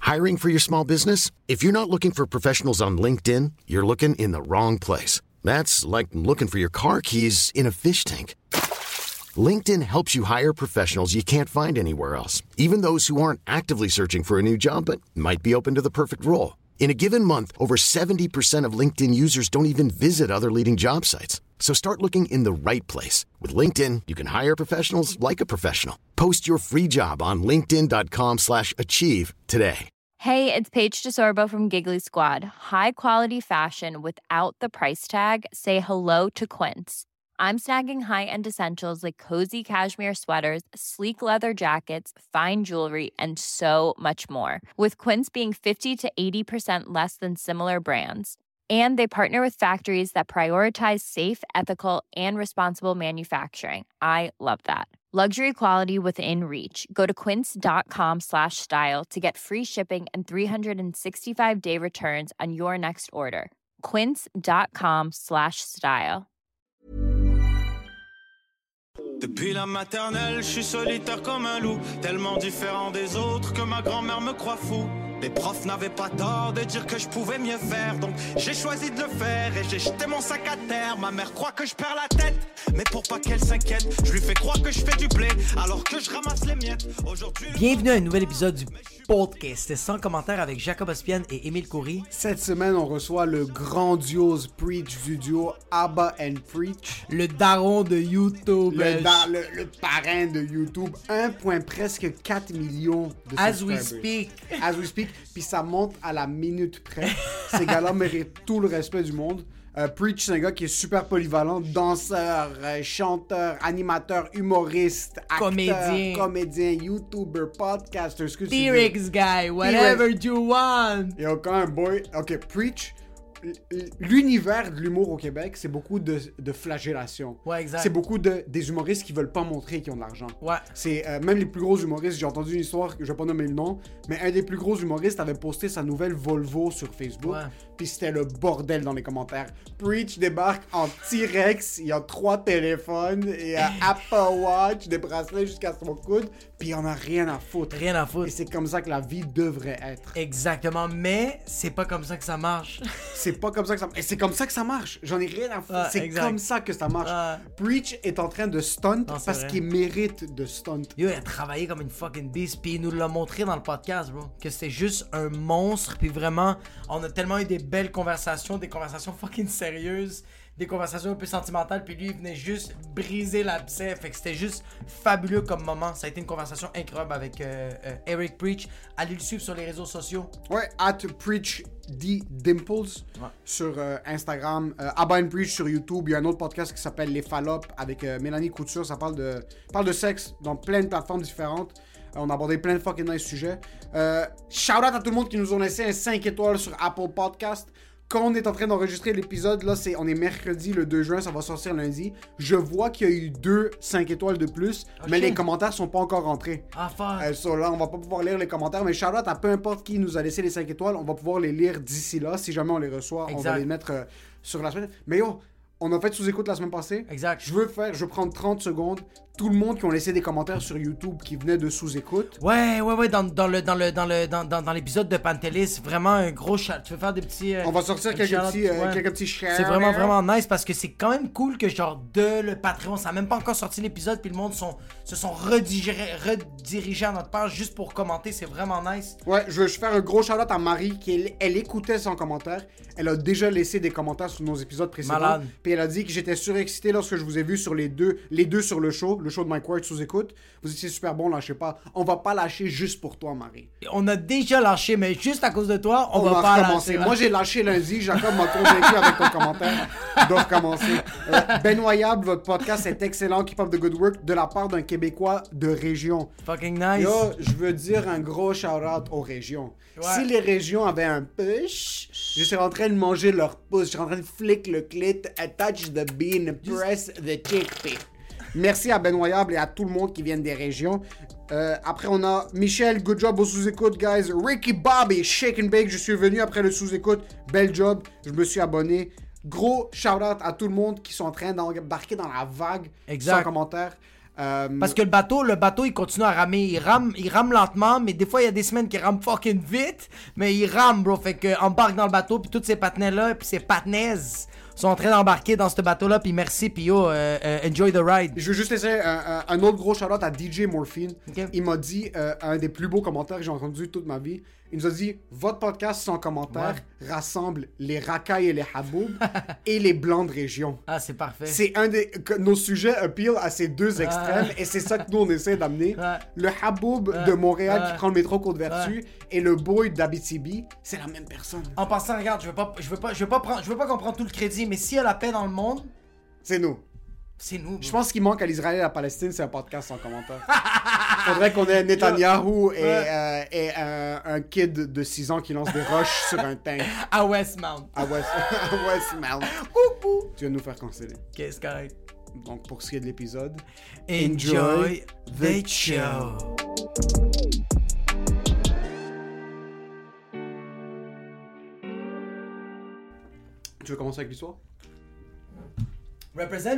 Hiring for your small business? If you're not looking for professionals on LinkedIn, you're looking in the wrong place. That's like looking for your car keys in a fish tank. LinkedIn helps you hire professionals you can't find anywhere else, even those who aren't actively searching for a new job but might be open to the perfect role. In a given month, over 70% of LinkedIn users don't even visit other leading job sites. So start looking in the right place. With LinkedIn, you can hire professionals like a professional. Post your free job on linkedin.com/achieve today. Hey, it's Paige DeSorbo from Giggly Squad. High quality fashion without the price tag. Say hello to Quince. I'm snagging high-end essentials like cozy cashmere sweaters, sleek leather jackets, fine jewelry, and so much more. With Quince being 50 to 80% less than similar brands. And they partner with factories that prioritize safe, ethical, and responsible manufacturing. I love that. Luxury quality within reach. Go to quince.com/style to get free shipping and 365-day returns on your next order. Quince.com/style. Depuis la maternelle, je suis solitaire comme un loup, tellement différent des autres que ma grand-mère me croit fou. Les profs n'avaient pas tort de dire que je pouvais mieux faire, donc j'ai choisi de le faire et j'ai jeté mon sac à terre. Ma mère croit que je perds la tête, mais pour pas qu'elle s'inquiète, je lui fais croire que je fais du blé alors que je ramasse les miettes. Aujourd'hui, bienvenue à un nouvel épisode du podcast sans commentaire avec Jacob Ospian et Émile Coury. Cette semaine, on reçoit le grandiose Preach du duo Abba and Preach. Le daron de YouTube. Le parrain de YouTube. 1,4 million de As we speak. Puis ça monte à la minute près. Ces gars-là méritent tout le respect du monde. Preach, c'est un gars qui est super polyvalent. Danseur, chanteur, animateur, humoriste, acteur, comédien, YouTuber, podcaster, ce que tu veux. T-Rex guy, whatever you want. Et encore un boy. Ok, Preach. L'univers de l'humour au Québec, c'est beaucoup de flagellation. Ouais, exact. C'est beaucoup des humoristes qui veulent pas montrer qu'ils ont de l'argent. Ouais. C'est même les plus gros humoristes. J'ai entendu une histoire, je vais pas nommer le nom, mais un des plus gros humoristes avait posté sa nouvelle Volvo sur Facebook. Ouais. Puis c'était le bordel dans les commentaires. Preach débarque en T-Rex, il a 3 téléphones, et Apple Watch, des bracelets jusqu'à son coude, puis il en a rien à foutre. Rien à foutre. Et c'est comme ça que la vie devrait être. Exactement, mais c'est pas comme ça que ça marche. C'est pas comme ça que ça marche. Et c'est comme ça que ça marche. J'en ai rien à foutre. C'est exact. comme ça que ça marche. Preach est en train de stunt parce qu'il mérite de stunt. Yo, il a travaillé comme une fucking beast, puis il nous l'a montré dans le podcast, bro. Que c'était juste un monstre, puis vraiment, on a tellement eu des belles conversations, des conversations fucking sérieuses, des conversations un peu sentimentales, puis lui, il venait juste briser l'abcès. Fait que c'était juste fabuleux comme moment. Ça a été une conversation incroyable avec Eric Preach. Allez le suivre sur les réseaux sociaux. Ouais, @PreachDimples sur Instagram. Abba and Preach sur YouTube. Il y a un autre podcast qui s'appelle Les Fallops avec Mélanie Couture. Ça parle de sexe dans plein de plateformes différentes. On a abordé plein de fucking nice sujets. Shout out à tout le monde qui nous ont laissé un 5 étoiles sur Apple Podcast. Quand on est en train d'enregistrer l'épisode, là, on est mercredi, le 2 juin, ça va sortir lundi. Je vois qu'il y a eu 5 étoiles de plus, mais les commentaires sont pas encore rentrés. Ah, fuck. Là, on va pas pouvoir lire les commentaires, mais shout-out à peu importe qui nous a laissé les 5 étoiles, on va pouvoir les lire d'ici là. Si jamais on les reçoit, on va les mettre sur la semaine. Mais yo, on a fait sous-écoute la semaine passée. Exact. Je veux prendre 30 secondes. Tout le monde qui ont laissé des commentaires sur YouTube qui venaient de sous-écoute. Ouais, dans l'épisode de Pantelis, vraiment un gros chat. Tu veux faire des petits... on va sortir quelques petits shares. C'est vraiment nice parce que c'est quand même cool que genre le Patreon, ça a même pas encore sorti l'épisode, puis le monde se sont redirigés à notre page juste pour commenter, c'est vraiment nice. Ouais, je veux faire un gros shout-out à Marie qui elle écoutait sans commentaire. Elle a déjà laissé des commentaires sur nos épisodes précédents. Malade. Puis elle a dit que j'étais surexcité lorsque je vous ai vu sur les deux sur le show de Mike Ward sous écoute. Vous étiez super bon, lâchez pas. On va pas lâcher juste pour toi, Marie. On a déjà lâché, mais juste à cause de toi, on va pas recommencer. Moi, j'ai lâché lundi. Jacob m'a convaincu avec ton commentaire de recommencer. Benoyable, votre podcast est excellent. Keep up the good work de la part d'un Québécois de région. Fucking nice. Yo, je veux dire un gros shout-out aux régions. Ouais. Si les régions avaient un push, je serais en train de manger leur pouce. Je serais en train de flick le clit, touch the bean, press the chickpea. Merci à Benoyable et à tout le monde qui viennent des régions. Après, on a Michel, good job au sous-écoute, guys. Ricky Bobby, Shake and Bake, je suis venu après le sous-écoute. Bel job, je me suis abonné. Gros shout-out à tout le monde qui sont en train d'embarquer dans la vague. Exact. Sans commentaire. Parce que le bateau, il continue à ramer. Il rame lentement, mais des fois, il y a des semaines qu'il rame fucking vite. Mais il rame, bro. Fait que embarque dans le bateau, puis tous ces patinets-là, puis ces patinaises sont en train d'embarquer dans ce bateau-là, puis merci, puis yo, enjoy the ride. Je veux juste laisser un autre gros shout-out à DJ Morphine. Okay. Il m'a dit un des plus beaux commentaires que j'ai entendu toute ma vie. Il nous a dit « Votre podcast sans commentaire rassemble les racailles et les haboub et les blancs de région. » Ah, c'est parfait. C'est un de nos sujets appeal à ces deux extrêmes et c'est ça que nous on essaie d'amener. Le haboub de Montréal qui prend le métro Côte-Vertu et le boy d'Abitibi, c'est la même personne. En passant, regarde, je veux pas qu'on prenne tout le crédit, mais s'il y a la paix dans le monde, c'est nous. C'est nous. Bro. Je pense qu'il manque à l'Israël et à la Palestine, c'est un podcast sans commentaire. Faudrait qu'on ait Netanyahou et un kid de 6 ans qui lance des roches sur un tank. À Westmount. À Westmount. Coucou. Tu vas nous faire canceller. Ok, c'est correct. Donc, pour ce qui est de l'épisode, enjoy the show. Tu veux commencer avec l'histoire? Represent.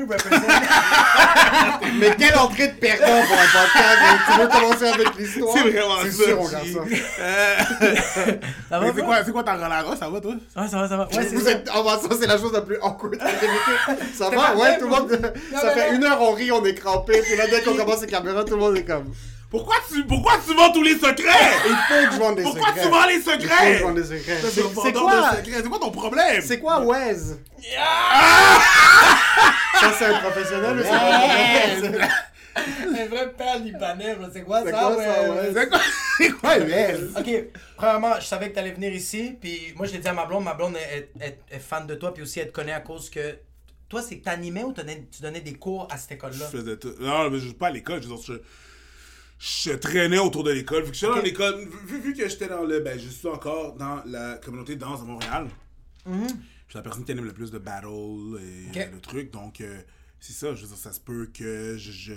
Mais quelle entrée de perdant pour un podcast! Tu veux commencer avec l'histoire? C'est vraiment c'est ça. Sûr, on regarde ça. Ça va, c'est quoi ta relâche? Ça va, toi? Ouais, ça va. Ouais, Vous êtes... Oh, bah, ça, c'est la chose la plus awkward que j'ai vécue. Ça va? Ouais, tout le monde... Ça fait 1 heure, on rit, on est crampé. Puis là, dès qu'on commence les caméras, tout le monde est comme... Pourquoi tu vends tous les secrets? Il faut que je vende des Pourquoi secrets. tu vends les Il faut que secrets? je vende des secrets. C'est quoi? C'est quoi ton problème? C'est quoi Wes? Ça, c'est un professionnel ou c'est pas un professionnel? Un vrai père libanais, bro. C'est quoi C'est ça, quoi ça, ouais? Wes? C'est quoi Wes? Ok, premièrement, je savais que t'allais venir ici, puis moi je l'ai dit à ma blonde est fan de toi, puis aussi elle te connaît à cause que... Toi, c'est que t'animais ou tu donnais des cours à cette école-là? Je faisais tout. Non, mais je suis pas à l'école, je traînais autour de l'école. Vu que j'étais dans l'école, vu que j'étais dans je suis encore dans la communauté de danse de Montréal. Je suis la personne qui anime le plus de battles et le truc. Donc, c'est ça. Je veux dire, ça se peut que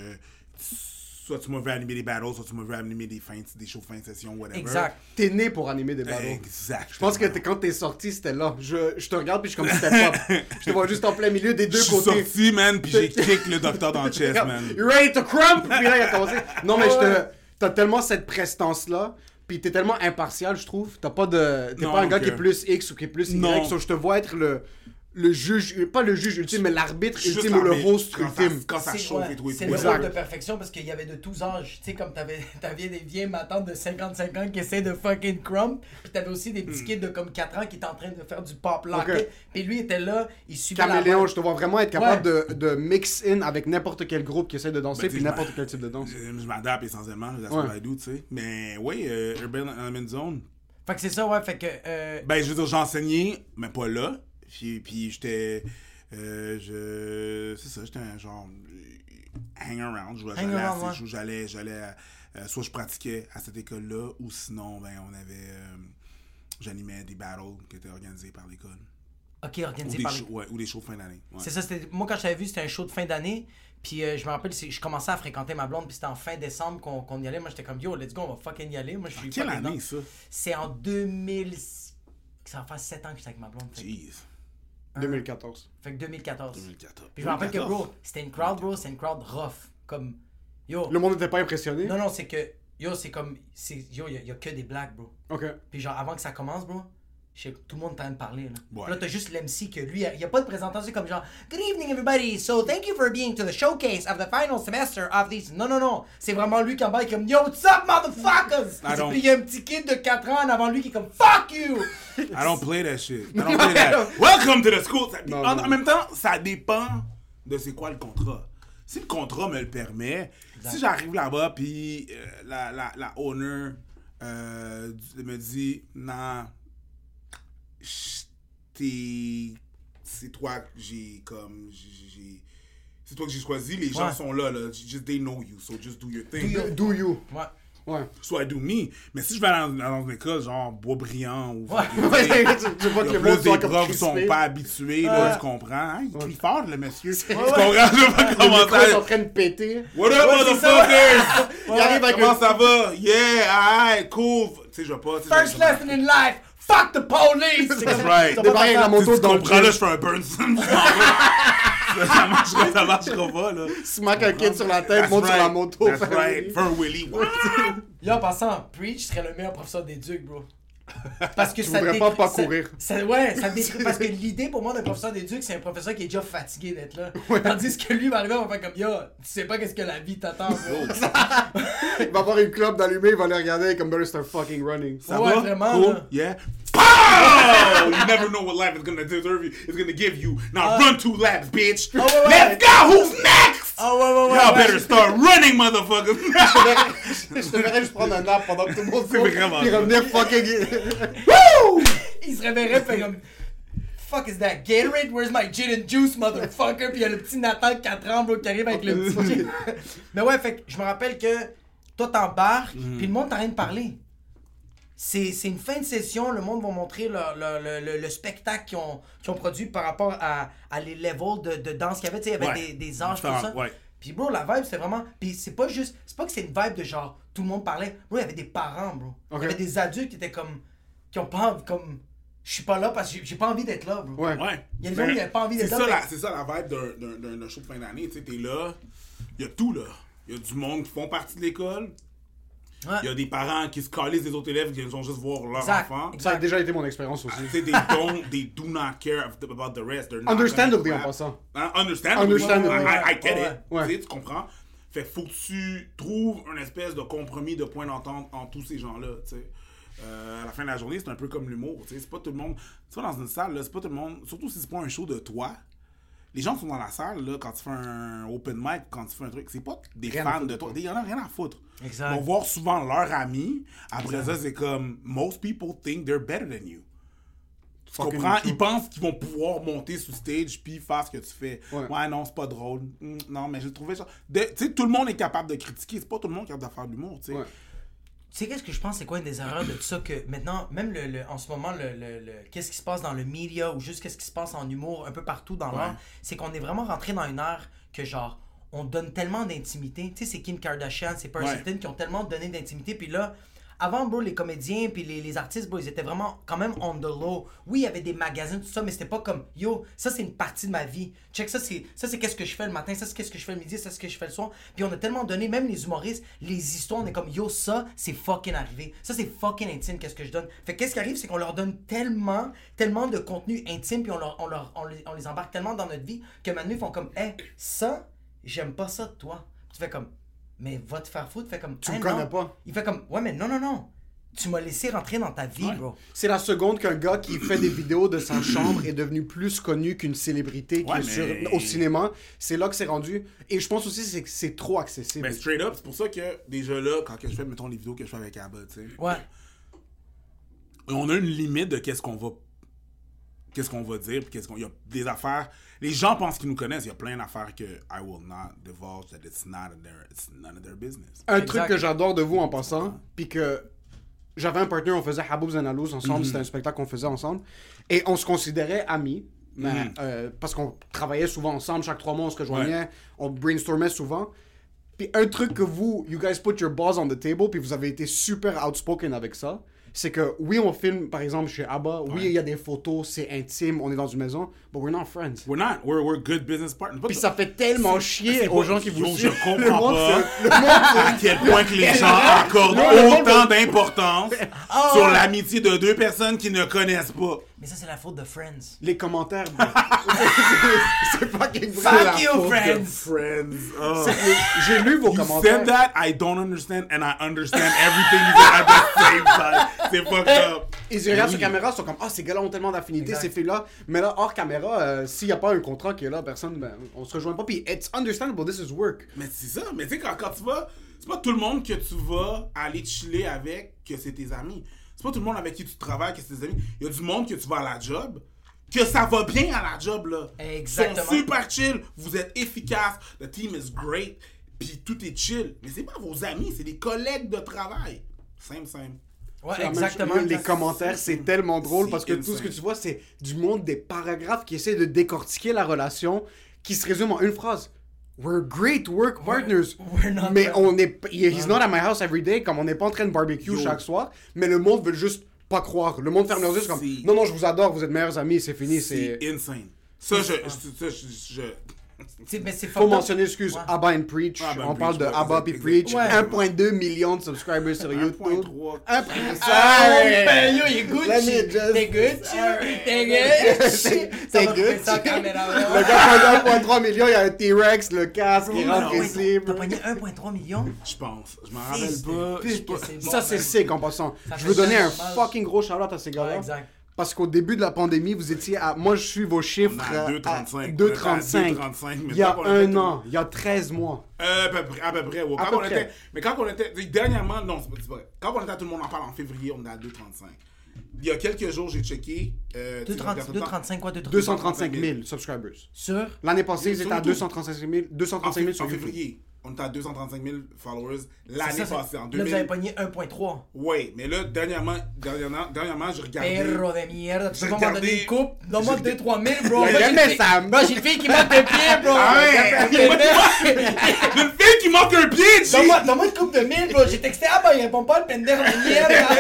soit tu m'as vu animer des battles, soit tu m'as vu animer des shows de fin de session, whatever. Exact. T'es né pour animer des battles. Exact. Je pense que quand t'es sorti, c'était là. Je te regarde puis je suis comme si c'était pop. Je te vois juste en plein milieu des deux côtés. Je suis sorti, man, puis j'ai kick le docteur dans le chest, man. You ready to crump? Puis là, il a commencé. Non, mais t'as tellement cette prestance-là. Puis t'es tellement impartial, je trouve. T'es pas un gars qui est plus X ou qui est plus Y. Non. So, je te vois être le juge, pas le juge ultime, mais l'arbitre ultime ou le host ultime. Quand ça chauffe et tout. C'est le rôle de perfection parce qu'il y avait de tous âges. Tu sais, comme t'avais des vieilles matantes de 55 ans qui essaient de fucking crump. Puis t'avais aussi des petits kids de comme 4 ans qui étaient en train de faire du pop lock. Okay. Puis lui était là, il suivait Caméléon, je te vois vraiment être capable de mix in avec n'importe quel groupe qui essaie de danser puis n'importe quel type de danse. Je m'adapte essentiellement, that's what I do, tu sais. Mais oui, Urban Element Zone. Fait que c'est ça, ouais, fait que... Ben, je veux dire, j'enseignais, mais pas là. Puis j'étais... c'est ça, j'étais un genre... hang around. J'allais soit je pratiquais à cette école-là, ou sinon, ben, on avait... j'animais des battles qui étaient organisés par l'école. Ok, organisés par l'école. Ouais, ou des shows de fin d'année. Ouais. C'est ça, moi quand je t'avais vu, c'était un show de fin d'année. Puis je me rappelle, je commençais à fréquenter ma blonde, puis c'était en fin décembre qu'on y allait. Moi, j'étais comme, yo, let's go, on va fucking y aller. Moi, je suis quelle année, ça? C'est en 2000... Ça va faire 7 ans que j'étais avec ma blonde. Jeez. 2014. Fait que 2014. 2014. Puis je me rappelle que, bro, c'était une crowd, rough. Comme, yo... Le monde n'était pas impressionné? Non, c'est que, yo, c'est comme... Yo, il y a que des blacks, bro. OK. Puis genre, avant que ça commence, bro... Tout le monde est en train de parler, là. Ouais. Puis là, t'as juste l'MC que lui, il n'y a pas de présentation comme genre Good evening, everybody. So, thank you for being to the showcase of the final semester of these. Non. C'est vraiment lui qui embarque comme Yo, what's up, motherfuckers? Puis il y a un petit kid de 4 ans en avant lui qui est comme Fuck you! I don't play that shit. I don't play that. Welcome to the school. En même temps, ça dépend de c'est quoi le contrat. Si le contrat me le permet, si j'arrive là-bas, puis la owner me dit Non. C'est toi que j'ai c'est toi que j'ai choisi, les gens sont là, just they know you, so just do your thing. Do you. Ouais. So I do me. Mais si je vais dans une école genre Boisbriand ou tu vois que le monde les profs sont pas habitués, là, tu comprends? Hein? Il crie fort, le monsieur. Tu comprends? Je sais pas comment ça. Ils sont en train de péter. What up, motherfuckers? Il arrive avec comment ça va? Yeah, alright, cool. Tu sais, je vais pas. First lesson in life. Fuck the police! That's right. Débarque avec la moto tu dans le comprends, là, je fais un Burnson. Ça marchera pas, là. Smack un kid sur la tête, monte sur la moto. That's right. Fais un Willy. Là, en passant, Preach serait le meilleur professeur d'éduc, bro. Parce que Tu voudrais pas courir. Ouais, ça détruit. Parce que l'idée pour moi d'un professeur d'éduc, c'est un professeur qui est déjà fatigué d'être là. Ouais. Tandis que lui va arriver, on va faire comme yo, tu sais pas qu'est-ce que la vie t'attend, bro. Il va avoir une clope d'allumée, il va les regarder comme better start fucking running. Ça ouais, va? vraiment. Cool? Là. Yeah. Oh! You never know what life is gonna deserve you. It's gonna give you. Now run 2 laps, bitch. Oh, ouais, Let's go! Who's next? Oh, ouais. Y'all better start running, motherfuckers. Je te verrais juste prendre un nap pendant que tout le monde C'est vraiment puis ça. revenir fucking... Woo! Il se réveillerait, fait comme. Fuck is that? Gatorade? Where's my gin and juice, motherfucker? Puis il y a le petit Nathan de 4 ans, bro, qui arrive avec le petit. Mais ouais, fait que je me rappelle que toi t'embarques, puis le monde t'arrête de parler. C'est une fin de session, le monde va montrer le spectacle qu'ils ont produit par rapport à les levels de danse qu'il y avait, tu sais, avec des anges, tout ça. Ouais. Puis bro, la vibe, c'est vraiment... Puis c'est pas que c'est une vibe de genre, tout le monde parlait. Bro, il y avait des parents, bro. Il y avait des adultes qui étaient comme... Qui ont pas envie, comme... Je suis pas là parce que j'ai pas envie d'être là, bro. Ouais. Il y a des gens qui n'avaient pas envie d'être là. C'est ça la vibe d'un show de fin d'année, tu sais, t'es là, il y a tout, là. Il y a du monde qui font partie de l'école. Ouais. Il y a des parents qui se calissent des autres élèves qui vont juste voir leur Exact. enfant. Ça a déjà été mon expérience aussi. Tu sais, they do not care about the rest. They're not Understandably gonna en rap. passant. Hein? Understandably. Understandably. I get it. Ouais. Tu sais, tu comprends? Fait que faut que tu trouves une espèce de compromis, de point d'entente entre tous ces gens-là, tu sais. À la fin de la journée, c'est un peu comme l'humour, tu sais. C'est pas tout le monde... Tu vas dans une salle, là, c'est pas tout le monde... Surtout si c'est pas un show de toi. Les gens qui sont dans la salle, là, quand tu fais un open mic, quand tu fais un truc, c'est pas des fans de toi. Il y en a rien à foutre. Exact. Ils vont voir souvent leurs amis. Après ça, c'est comme... Most people think they're better than you. Tu comprends? Ils pensent qu'ils vont pouvoir monter sur stage puis faire ce que tu fais. Ouais, non, c'est pas drôle. Non, mais j'ai trouvé ça... Tu sais, tout le monde est capable de critiquer. C'est pas tout le monde qui a capable de faire de l'humour, tu sais. Ouais. Tu sais, qu'est-ce que je pense, c'est quoi une des erreurs de tout ça, que maintenant, même en ce moment, qu'est-ce qui se passe dans le media ou juste qu'est-ce qui se passe en humour, un peu partout dans l'art, c'est qu'on est vraiment rentré dans une ère que, genre, on donne tellement d'intimité. Tu sais, c'est Kim Kardashian, c'est Paris Hilton qui ont tellement donné d'intimité, puis là... Avant, bro, les comédiens puis les artistes, bro, ils étaient vraiment quand même on the low. Oui, il y avait des magazines, tout ça, mais c'était pas comme « Yo, ça, c'est une partie de ma vie. Check, ça, c'est qu'est-ce que je fais le matin, ça, c'est qu'est-ce que je fais le midi, ça, c'est ce que je fais le soir. » Puis on a tellement donné, même les humoristes, les histoires, on est comme « Yo, ça, c'est fucking arrivé. Ça, c'est fucking intime, qu'est-ce que je donne. » Fait que qu'est-ce qui arrive, c'est qu'on leur donne tellement de contenu intime, puis on les embarque tellement dans notre vie que maintenant, ils font comme « Hey, ça, j'aime pas ça de toi. » Tu fais comme... Mais va te faire foutre, fait comme... Tu me connais pas. Il fait comme... Ouais, mais non. Tu m'as laissé rentrer dans ta vie, bro. C'est la seconde qu'un gars qui fait des vidéos de sa chambre est devenu plus connu qu'une célébrité qui est au cinéma. C'est là que c'est rendu. Et je pense aussi que c'est trop accessible. Mais straight up, c'est pour ça que déjà là, quand je fais, mettons, les vidéos que je fais avec Abba, tu sais. Ouais. On a une limite de qu'est-ce qu'on va dire, puis il y a des affaires. Les gens pensent qu'ils nous connaissent. Il y a plein d'affaires que I will not divulge, that it's none of their business. Un truc que j'adore de vous en passant, puis que j'avais un partenaire, on faisait Haboubs and Alous ensemble, c'était un spectacle qu'on faisait ensemble, et on se considérait amis, mais, parce qu'on travaillait souvent ensemble, chaque 3 mois on se rejoignait, on brainstormait souvent. Puis un truc que vous, you guys put your balls on the table, puis vous avez été super outspoken avec ça, c'est que oui, on filme par exemple chez Abba, oui, il y a des photos, c'est intime, on est dans une maison, but we're not friends. We're not. We're good business partners. Puis ça fait tellement chier aux gens qui vous suivent. Je comprends pas à quel point que les gens accordent autant d'importance sur l'amitié de 2 personnes qui ne connaissent pas. Mais ça, c'est la faute de Friends. Les commentaires, bro. C'est fucking vrai. Fuck you, Friends! Oh. J'ai lu vos You commentaires. said that, I don't understand, and I understand everything you said at the same time. C'est fucked up. Ils regardent sur caméra, ils sont comme, ces gars-là ont tellement d'affinités, ces filles-là. Mais là, hors caméra, s'il n'y a pas un contrat qui est là, personne, on se rejoint pas. Puis it's understandable, this is work. Mais c'est ça. Mais tu sais, quand tu vas, c'est pas tout le monde que tu vas aller chiller avec que c'est tes amis. C'est pas tout le monde avec qui tu travailles que c'est tes amis. Il y a du monde que tu vas à la job, que ça va bien à la job, là. Exactement. Ils sont super chill, vous êtes efficaces, the team is great, puis tout est chill. Mais c'est pas vos amis, c'est des collègues de travail. Simple. Ouais, C'est exactement. Les commentaires, c'est tellement drôle parce que insane. tout ce que tu vois, c'est du monde des paragraphes qui essaient de décortiquer la relation, qui se résume en une phrase. We're great work partners. We're not mais friends. on est. He's not at my house every day, comme on n'est pas en train de barbecue chaque soir, mais le monde veut juste pas croire. Le monde ferme leurs yeux, c'est comme non, je vous adore, vous êtes meilleurs amis, c'est fini. C'est insane. Ça, Mais c'est Faut mentionner, excuse, Ouais. Abba and Preach. Abba and On parle de Preach, Abba ouais, et Preach. ouais. 1.2 millions de subscribers sur YouTube. 1.3. 1.3. Ben, yo, il est Gucci. Let me just- T'es Gucci. T'es Gucci. T'es Ça va couper ça en Gucci. caméra. Le gars prend 1.3 millions, il y a un T-Rex, le casque, il rentre ouais, ici. T'as pogné 1.3 millions? Je pense. Je m'en Fils rappelle de pas. pute Je sais pas. que c'est bon, Ça, c'est man. sick en passant. Ça Je fait veux donner un tellement mal. fucking gros shout-out à ces Ouais, gars-là. exact. Parce qu'au début de la pandémie, vous étiez à... Moi, je suis vos chiffres On est à à 2,35. 2,35. mais Il y a quand on était- un an, il y a 13 mois. À peu près. Ouais. À Quand peu on près. était, mais quand on était, dernièrement, non, c'est pas vrai. Quand on était à Tout le monde en parle en février, on est à 2,35. Il y a quelques jours, j'ai checké. 235 quoi? 235 000 subscribers. Sur? L'année passée, ils Sur étaient à YouTube. 235 000 sur En YouTube. février, on était à 235 000 followers l'année C'est ça, passée, en Là, 2000. vous avez pogné 1.3. Ouais, mais là, dernièrement, j'ai regardé. Perro de mierda. Tu J'ai peux pas m'en donner regardé- une coupe? Donne-moi j'ai- 2-3 000, bro. Il y a Moi, jamais j'ai une fille- ça. Bro, j'ai une fille qui manque de pied, bro. Ah ouais! Une fille qui manque un pied, G! Donne-moi une coupe de 1000, bro. J'ai texté, ah bah, il répond pas, le pendejo de mierda.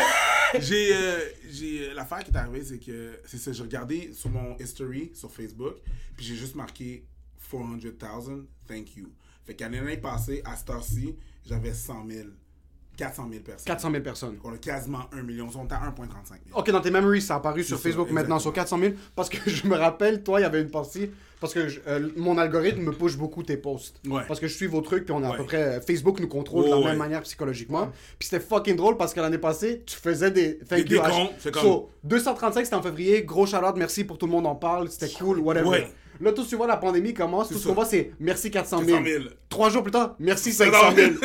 J'ai l'affaire qui est arrivée, c'est que c'est ça, j'ai regardé sur mon history sur Facebook, puis j'ai juste marqué 400,000, thank you. Fait qu'à l'année passée, à cette heure-ci, j'avais 100 000, 400 000 personnes. 400 000 personnes. On a quasiment 1 million, on est à 1,35 million. Ok, dans tes memories, ça a apparu sur ça, Facebook maintenant sur exactement. 400 000. Parce que je me rappelle, toi, il y avait une partie. Parce que mon algorithme me push beaucoup tes posts. Ouais. Parce que je suis vos trucs, puis on a à Ouais. peu près. Facebook nous contrôle de la Ouais. même manière psychologiquement. Puis c'était fucking drôle parce que l'année passée, tu faisais des. Thank Des you. comptes, c'est comme- So, 235, c'était en février. Gros shout-out, merci pour tout le monde en parle. C'était cool, whatever. Ouais. Là, tout tu vois, la pandémie commence. Tout ce ça. qu'on voit, c'est merci 400 000. 400 000. 3 jours plus tard, merci 500 000.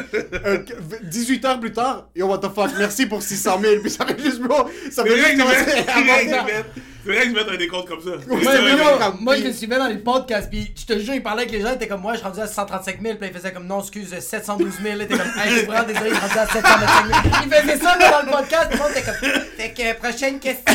18 heures plus tard, yo, what the fuck, merci pour 600 000. Puis ça fait juste, bro. Ça C'est fait vrai juste que je commencer mets- à c'est vrai que monter. je mette un décompte comme ça. Ouais, C'est mais vrai. yo, Moi, je le suivais dans les podcasts, pis je te jure, il parlait avec les gens, il était comme moi, je suis rendu à 135 000, pis il faisait comme non, excuse, 712 000, il était comme, hey, je suis vraiment désolé, je suis rendu à 725 000. Il faisait ça là, dans le podcast, tout le monde était comme, fait que prochaine question.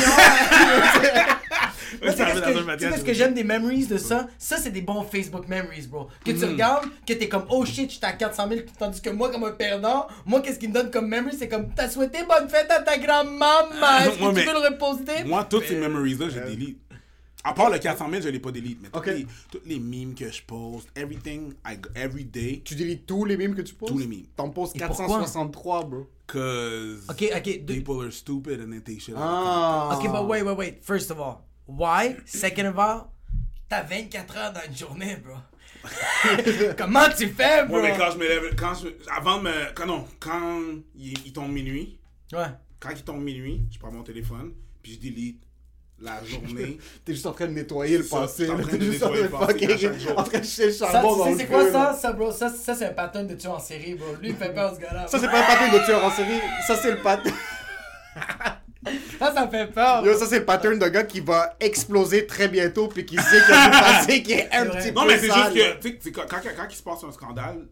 Moi, Ça arrive dans un tu sais matin, qu'est-ce que j'aime des memories de ça? Ça, c'est des bons Facebook memories, bro. Que tu regardes, que t'es comme, oh shit, j'étais à 400 000, tandis que moi, comme un perdant, moi, qu'est-ce qui me donne comme memory? C'est comme, t'as souhaité bonne fête à ta grand-maman, est-ce Moi, que tu mais- veux le reposter? Moi, toutes ces memories-là, je delete. À part le 400 000, je l'ai pas delete. Mais Ok. toutes les memes que je poste, everything, every day, Tu délites tous les memes que tu postes? Tous les memes. T'en postes Et 463, bro. cause Ok, people are stupid and they take shit out of Ah. Ok, but wait. First of all, why? Second of all, t'as 24 heures dans une journée, bro. Comment tu fais, bro? Moi, mais quand je me lève, avant de me, quand il tombe minuit, Ouais. quand il tombe minuit, je prends mon téléphone, puis je delete la journée. T'es juste en train de nettoyer le C'est ça, passé. je suis en là. train T'es de juste en train de nettoyer le passé à chaque jour. en train de jeter le Ça, charbon tu dans sais, le c'est quoi feu, là. ça, bro? Ça, c'est un pattern de tueur en série, bro. Lui, il fait peur, ce gars-là. Ça, c'est pas un pattern de tueur en série. Ça, c'est le pattern. Ça me fait peur. Yo, ça, c'est le pattern de gars qui va exploser très bientôt puis qui sait qu'il y a du passé qui est un vrai. petit peu Non, mais c'est juste sale, là. que, tu sais, quand il se passe un scandale,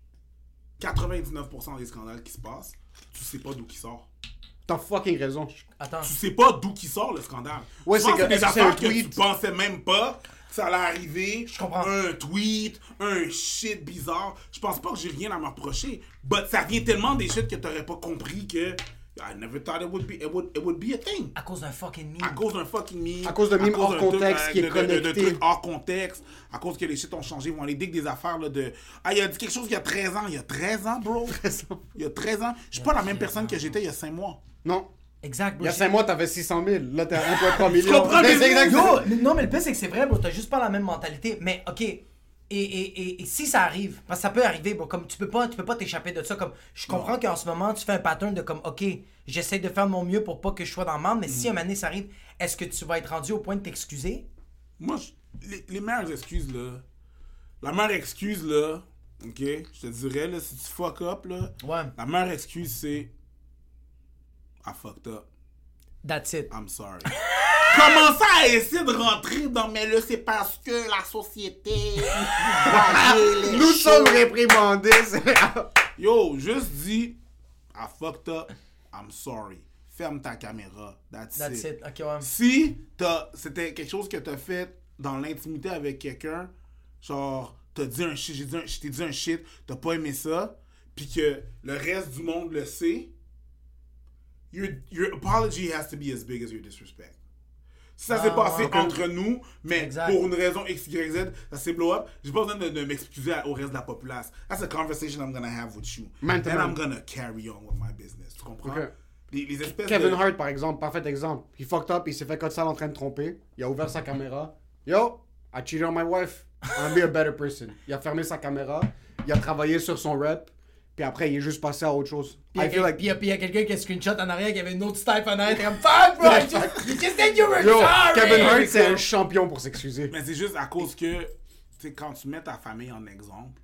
99% des scandales qui se passent, tu sais pas d'où qui sort. T'as fucking raison. Attends. Tu sais pas d'où qui sort le scandale. Ouais, Souvent, c'est que- des est-ce que c'est affaires un que tweet? tu pensais même pas que ça allait arriver. Je comprends. Un tweet, un shit bizarre. Je pense pas que j'ai rien à me reprocher. But ça vient tellement des shit que t'aurais pas compris que I never thought it would be a thing. À cause d'un fucking meme. À cause d'un fucking meme. À cause d'un meme hors d'un truc, contexte qui est de connecté. trucs hors contexte. À cause que les shit ont changé. Ils vont aller dire des affaires là, de. Ah, il a dit quelque chose il y a 13 ans. Il y a 13 ans, bro. Il y a 13 ans. Je suis pas la même personne que j'étais il y a 5 mois. Non. Exact, Il bro. y a 5 mois, t'avais 600 000. Là, t'es à 1,3 million. comprends, mais- C'est exactement. Yo, mais non, mais le pire, c'est que c'est vrai, bro. T'as juste pas la même mentalité. Mais, ok. Et si ça arrive, parce que ça peut arriver, bro, comme tu peux pas t'échapper de ça. Comme, je comprends qu'en ce moment, tu fais un pattern de comme, ok, j'essaie de faire de mon mieux pour pas que je sois dans le mal, mais si un moment donné, ça arrive, est-ce que tu vas être rendu au point de t'excuser? Moi, les meilleures excuses, là. La meilleure excuse, là. Ok? Je te dirais, là, si tu fuck up, là. Ouais. La meilleure excuse, c'est. I fucked up. That's it. I'm sorry. Commencer à essayer de rentrer dans, mais là, c'est parce que la société. voyait les Nous choses. sommes réprimandés. Yo, juste dis, I fucked up, I'm sorry. Ferme ta caméra. That's That's it. Ok, ouais. Si c'était quelque chose que t'as fait dans l'intimité avec quelqu'un, genre, t'as dit un shit, je t'ai dit un shit, t'as pas aimé ça, puis que le reste du monde le sait, your apology has to be as big as your disrespect. Ça s'est passé entre nous, mais Exact. pour une raison X, Y, Z, ça s'est blow up. J'ai pas besoin de m'excuser au reste de la populace. That's a conversation I'm gonna have with you. Man to And man. I'm gonna carry on with my business. Tu comprends? Ok. Les espèces Kevin de... Hart, par exemple, parfait exemple. Il fucked up, il s'est fait code sale en train de tromper. Il a ouvert sa caméra. Yo, I cheated on my wife. I'm be a better person. Il a fermé sa caméra. Il a travaillé sur son rep. Puis après, il est juste passé à autre chose. Puis I feel like... il y a quelqu'un qui a screenshot en arrière, qui avait une autre type en arrière, t'es comme fuck bro, you just said you were Yo, sorry! Kevin Hart, c'est un champion pour s'excuser. Mais c'est juste à cause que, tu sais, quand tu mets ta famille en exemple,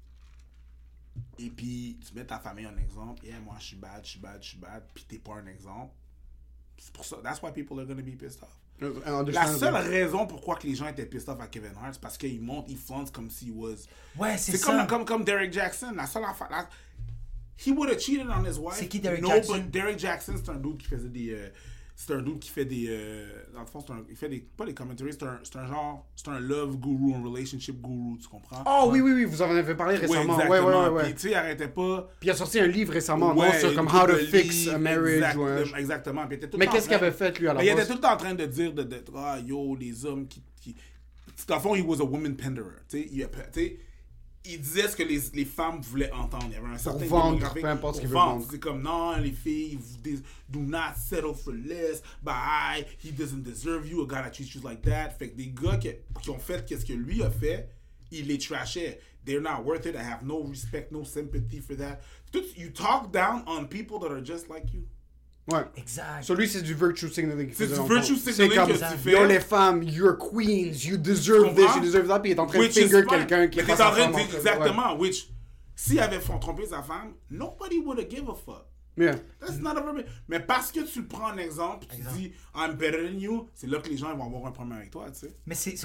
et puis tu mets ta famille en exemple, yeah, moi je suis bad, puis t'es pas un exemple, c'est pour ça, that's why people are gonna be pissed off. La seule raison pourquoi que les gens étaient pissed off à Kevin Hart, c'est parce qu'il monte, il fonce comme s'il was... Ouais, c'est C'est ça. comme Derek Jackson, la seule affaire... He would have cheated on his wife. C'est qui Derek No, Jackson? but Derek Jackson, c'est un dude qui faisait des... c'est un dude qui fait des... dans le fond, il fait des... Pas des commentaries, c'est un genre... C'est un love guru, un relationship guru, tu comprends? Oh oui, vous en avez parlé récemment. Ouais. Puis tu sais, il arrêtait pas... Puis il a sorti un livre récemment, non, Ouais, sur comme une How to couple de Fix livres, a Marriage. Exactement. Puis il était tout le Mais temps qu'est-ce en qu'il train- avait fait, lui, à la Mais il était base? tout le temps en train de dire ah yo, les hommes qui... Dans le fond, he was a woman penderer. Tu sais, il disait ce que les femmes voulaient entendre. Il y avait un certain vendre, démographique peu importe ce pour qu'il veut vendre. C'est comme, non, les filles, do not settle for less. Bye, he doesn't deserve you, a guy that treats you like that. Fait que des gars qui ont fait qu'est-ce que lui a fait, il les trashait. They're not worth it. I have no respect, no sympathy for that. You talk down on people that are just like you. Ouais. Exact. So lui, c'est du virtue signaling. C'est du virtue signaling comme, que tu fais. Yo, les femmes, you're queens, you deserve this, you deserve that. Puis il est en train de finger quelqu'un qui est pas sa femme. Exactement, which, s'il avait trompé sa femme, nobody would have give a fuck. Yeah. That's not a problem. Mais parce que tu le prends en exemple, tu dis I'm better than you, c'est là que les gens vont avoir un problème avec toi, tu sais. Mais c'est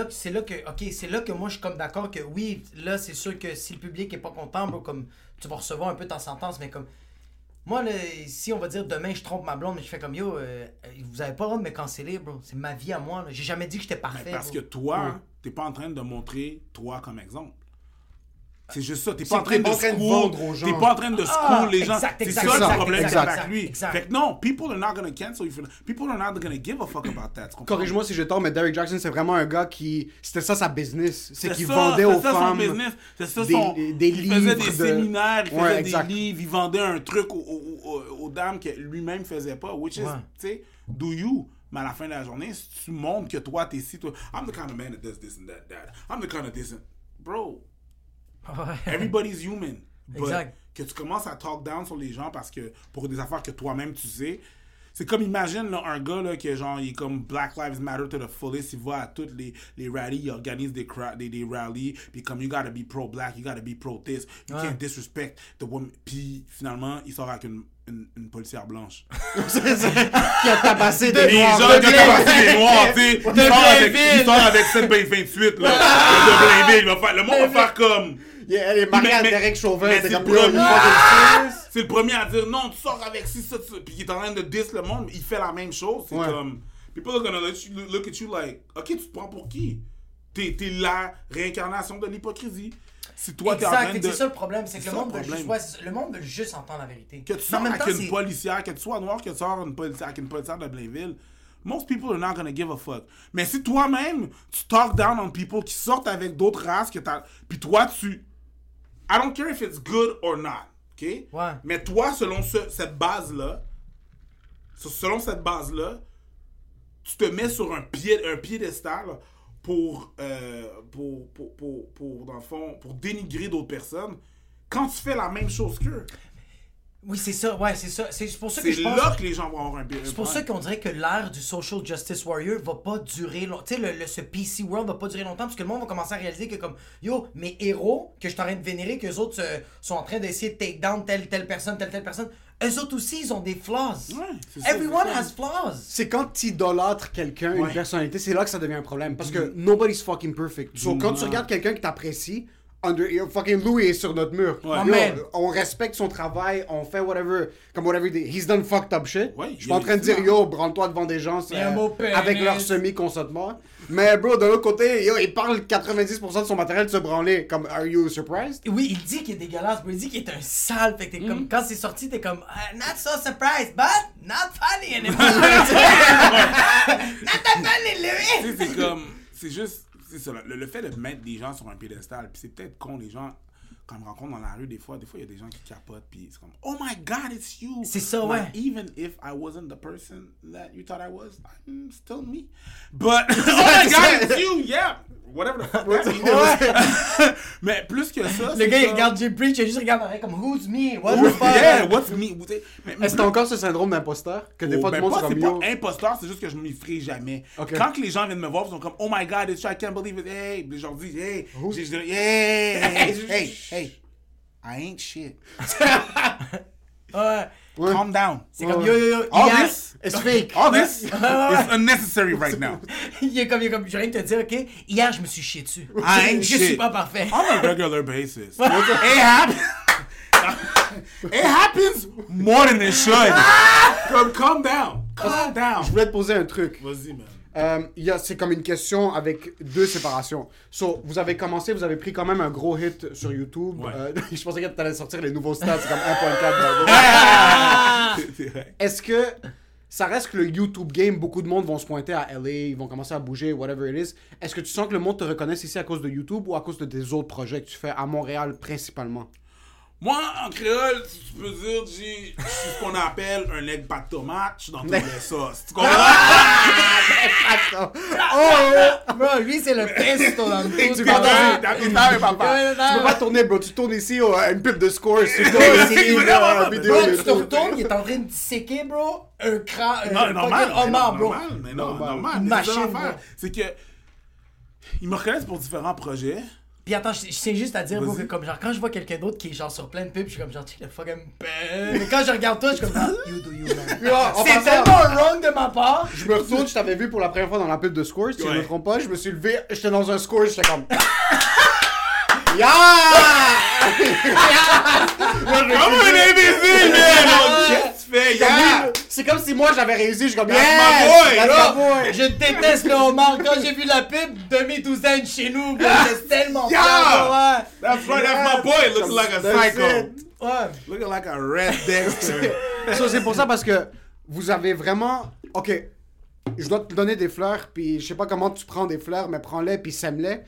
là que moi je suis comme d'accord que oui, là c'est sûr que si le public est pas content, bro, comme tu vas recevoir un peu ta sentence, mais comme moi là, si on va dire demain je trompe ma blonde, mais je fais comme yo, vous avez pas le droit de me canceller, bro, c'est ma vie à moi, là. J'ai jamais dit que j'étais parfait. Mais parce bro. que toi, t'es pas en train de montrer toi comme exemple. C'est juste ça, t'es pas en train de vendre aux gens. T'es pas en train de school les gens. C'est ça le problème avec lui. Exact. Fait que non, people are not gonna cancel you for that. People are not gonna give a fuck about that. Corrige-moi si j'ai tort, mais Derek Jackson, c'est vraiment un gars qui... C'était ça sa business. C'est qu'il ça, vendait aux ça, femmes son business. C'est ça des il faisait des livres séminaires, il faisait exact. des livres, il vendait un truc aux dames que lui-même faisait pas. Which is, tu sais, do you? Mais à la fin de la journée, si tu montres que toi, t'es si... Toi, I'm the kind of man that does this and that. I'm the kind of this and... Bro... Everybody's human. Exact. Que tu commences à talk down sur les gens parce que pour des affaires que toi-même tu sais. C'est comme, imagine là, un gars là, qui est genre, il est comme Black Lives Matter to the fullest, il va à toutes les rallies, il organise des rallies, puis comme, you gotta be pro-black, you gotta be pro-this, you can't disrespect the woman. Puis finalement, il sort avec une policière blanche. qui a tabassé des Les noirs. gens qui ont tabassé des noirs, tu sais, il sort avec 7,28 là, de Blainville, il va faire, le monde va faire comme... Elle est mariée à Derek Chauvin. Mais T'es c'est comme, le yo, premier. you fucking serious? C'est le premier à dire non, tu sors avec ci, ça, puis il est en train de diss le monde, il fait la même chose. C'est comme. People are gonna look at you like, ok, tu te prends pour qui? T'es la réincarnation de l'hypocrisie. Si toi t'es en train de. C'est ça le problème, c'est que C'est le ça, monde, le monde veut juste entendre la vérité. Que tu sors avec une policière, que tu sois noir, que tu sors avec une policière de Blainville. Most people are not gonna give a fuck. Mais si toi-même, tu talk down on people qui sortent avec d'autres races, puis toi, I don't care if it's good or not, ok? Ouais. Mais toi, selon cette base-là, tu te mets sur un piédestal pour dans le fond, pour dénigrer d'autres personnes, quand tu fais la même chose qu'eux. Oui, c'est ça, ouais, c'est ça. C'est pour ça que je pense... C'est là que les gens vont avoir un C'est pour ça qu'on dirait que l'ère du social justice warrior va pas durer longtemps. Tu sais, ce PC world va pas durer longtemps parce que le monde va commencer à réaliser que comme, yo, mes héros que je suis en train de vénérer, qu'eux autres sont en train d'essayer de take down telle personne, eux autres aussi, ils ont des flaws. Ouais, Everyone has flaws. C'est quand tu idolâtres quelqu'un, une personnalité, c'est là que ça devient un problème. Parce que nobody's fucking perfect. So, quand tu regardes quelqu'un qui t'apprécie, fucking Louis est sur notre mur. Ouais. Yo, on respecte son travail, on fait whatever he's done fucked up shit. Ouais, je suis pas en train de dire yo, branle-toi devant des gens avec leur semi-consentement. Mais bro, de l'autre côté, yo, il parle 90% de son matériel de se branler. Comme, are you surprised? Oui, il dit qu'il est dégueulasse, mais il dit qu'il est un sale. Fait que t'es comme, quand c'est sorti, t'es comme, not so surprised, but not funny anymore. Tu sais, c'est comme... C'est juste... C'est ça, le fait de mettre des gens sur un piédestal, puis c'est peut-être con, les gens... Quand ils me rencontrent dans la rue, des fois, il y a des gens qui capotent, puis c'est comme, oh my God, it's you. C'est ça, ouais. Like, even if I wasn't the person that you thought I was, I'm still me. But, oh my God, it's you, yeah. Whatever the fuck that means. Mais plus que ça, le gars, il regarde Jay Preach, il juste regarde comme, who's me? What the fuck? Yeah, what's me? Est-ce que t'as encore ce syndrome d'imposteur? Que des fois, tout le monde se c'est comme pas imposteur, c'est juste que je m'y ferai jamais. Okay. Quand que les gens viennent me voir, ils sont comme, oh my God, it's you, I can't believe it. Hey, les gens disent, hey, hey, I ain't shit. Ouais. Calm down. C'est comme yo. All this It's fake. All this is unnecessary right now. Il est comme, je viens de te dire, ok, hier je me suis chié dessus. I ain't Je shit. suis pas parfait. On a regular basis. It happens more than it should. Calm down. Calm down. Je voulais te poser un truc. Vas-y, man. C'est comme une question avec 2 séparations. So, vous avez pris quand même un gros hit sur YouTube. Ouais. Je pensais que t'allais sortir les nouveaux stats, c'est comme 1.4. C'est vrai. Est-ce que ça reste que le YouTube game, beaucoup de monde vont se pointer à LA, ils vont commencer à bouger, whatever it is. Est-ce que tu sens que le monde te reconnaisse ici à cause de YouTube ou à cause de tes autres projets que tu fais à Montréal principalement? Moi, en créole, si tu peux dire, je suis ce qu'on appelle un egg pas de tomate, je suis dans toutes les sauces. Tu comprends? Bro, lui c'est le pesto dans le Tu tout. comprends? T'as papa. Tu peux pas tourner, bro. Tu tournes ici à une pub de Scores. Tu tournes Bro, ici, vraiment, vidéo. Bro, tu te retournes, il est en train de disséquer, bro, un Non, normal. homard, bro. Normal. Une Mais c'est ça machine, l'affaire. bro. C'est que ils me reconnaissent pour différents projets. Puis attends, je tiens juste à dire, bro, que Vas-y. comme genre, quand je vois quelqu'un d'autre qui est genre sur plein de pubs, je suis comme genre, check the fucking pen. Mais quand je regarde toi, je suis comme genre, you do you, man. En C'est passant, tellement wrong de ma part. je me retourne, je t'avais vu pour la première fois dans la pub de Scores, si je Ouais. me trompe pas, je me suis levé, j'étais dans un Scores, j'étais comme... Yeah! Comme un imbécile, man! Qu'est-ce que tu fais, yeah? C'est comme si moi j'avais réussi, je suis comme... That's Yes! my boy! That's my boy! Je déteste le homard. Quand j'ai vu la pub, demi-douzaine chez nous, bro, j'étais tellement Yeah! fier, ouais. That's right, that's my boy. Looks like a That's psycho. it. Ouais. Looking like a red Dexter. So, c'est pour ça parce que vous avez vraiment... Ok, je dois te donner des fleurs, puis je sais pas comment tu prends des fleurs, mais prends-les puis sème-les.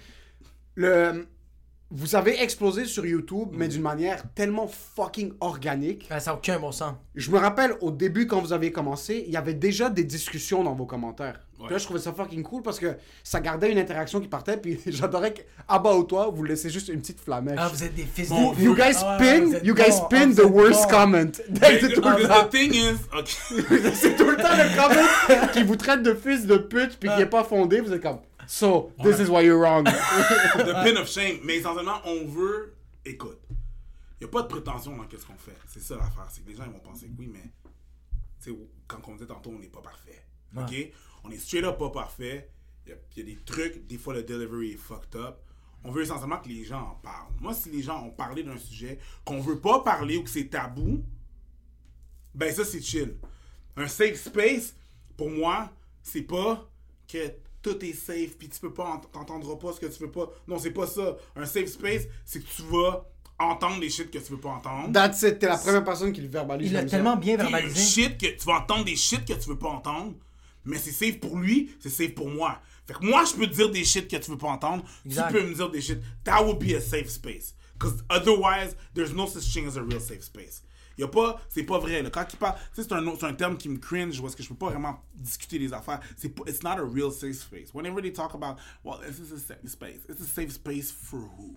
Vous avez explosé sur YouTube, mais d'une manière tellement fucking organique. Ben, ça n'a aucun bon sens. Je me rappelle, au début, quand vous avez commencé, il y avait déjà des discussions dans vos commentaires. Ouais. Puis là, je trouvais ça fucking cool parce que ça gardait une interaction qui partait, puis j'adorais qu'à bas ou toi, vous laissez juste une petite flamèche. Ah, vous êtes des fils Bon, de... You guys Ah ouais, pin, vous êtes you guys bons. pin Ah, the vous êtes worst bons. comment. C'est tout le temps. The thing is, okay. C'est tout le temps le comment qui vous traite de fils de pute puis qui est pas fondé. Vous êtes comme, so, this is why you're wrong. The pin of shame. Mais essentiellement, on veut... Écoute, il n'y a pas de prétention dans ce qu'on fait. C'est ça l'affaire. C'est que les gens ils vont penser que oui, mais... Tu sais, quand on disait tantôt, on n'est pas parfait. OK? On est straight up pas parfait. Il y a des trucs, des fois le delivery est fucked up. On veut essentiellement que les gens en parlent. Moi, si les gens ont parlé d'un sujet qu'on veut pas parler ou que c'est tabou, ben ça, c'est chill. Un safe space, pour moi, c'est pas que tout est safe puis tu peux pas, t'entendras pas ce que tu veux pas. Non, c'est pas ça. Un safe space, c'est que tu vas entendre des shit que tu veux pas entendre. That's it. T'es la première personne qui le verbalise. Il l'a comme ça. tellement bien Puis verbalisé. shit que tu vas entendre des shit que tu veux pas entendre, mais c'est safe pour lui, c'est safe pour moi. Fait que moi, je peux te dire des shit que tu veux pas entendre, Exact. tu peux me dire des shit. That would be a safe space. Because otherwise, there's no such thing as a real safe space. Y a pas, c'est pas vrai. Là. Quand il parle, tu sais, c'est un terme qui me cringe, parce que je peux pas vraiment discuter des affaires. It's not a real safe space. Whenever they talk about, well, this is a safe space. It's a safe space for who?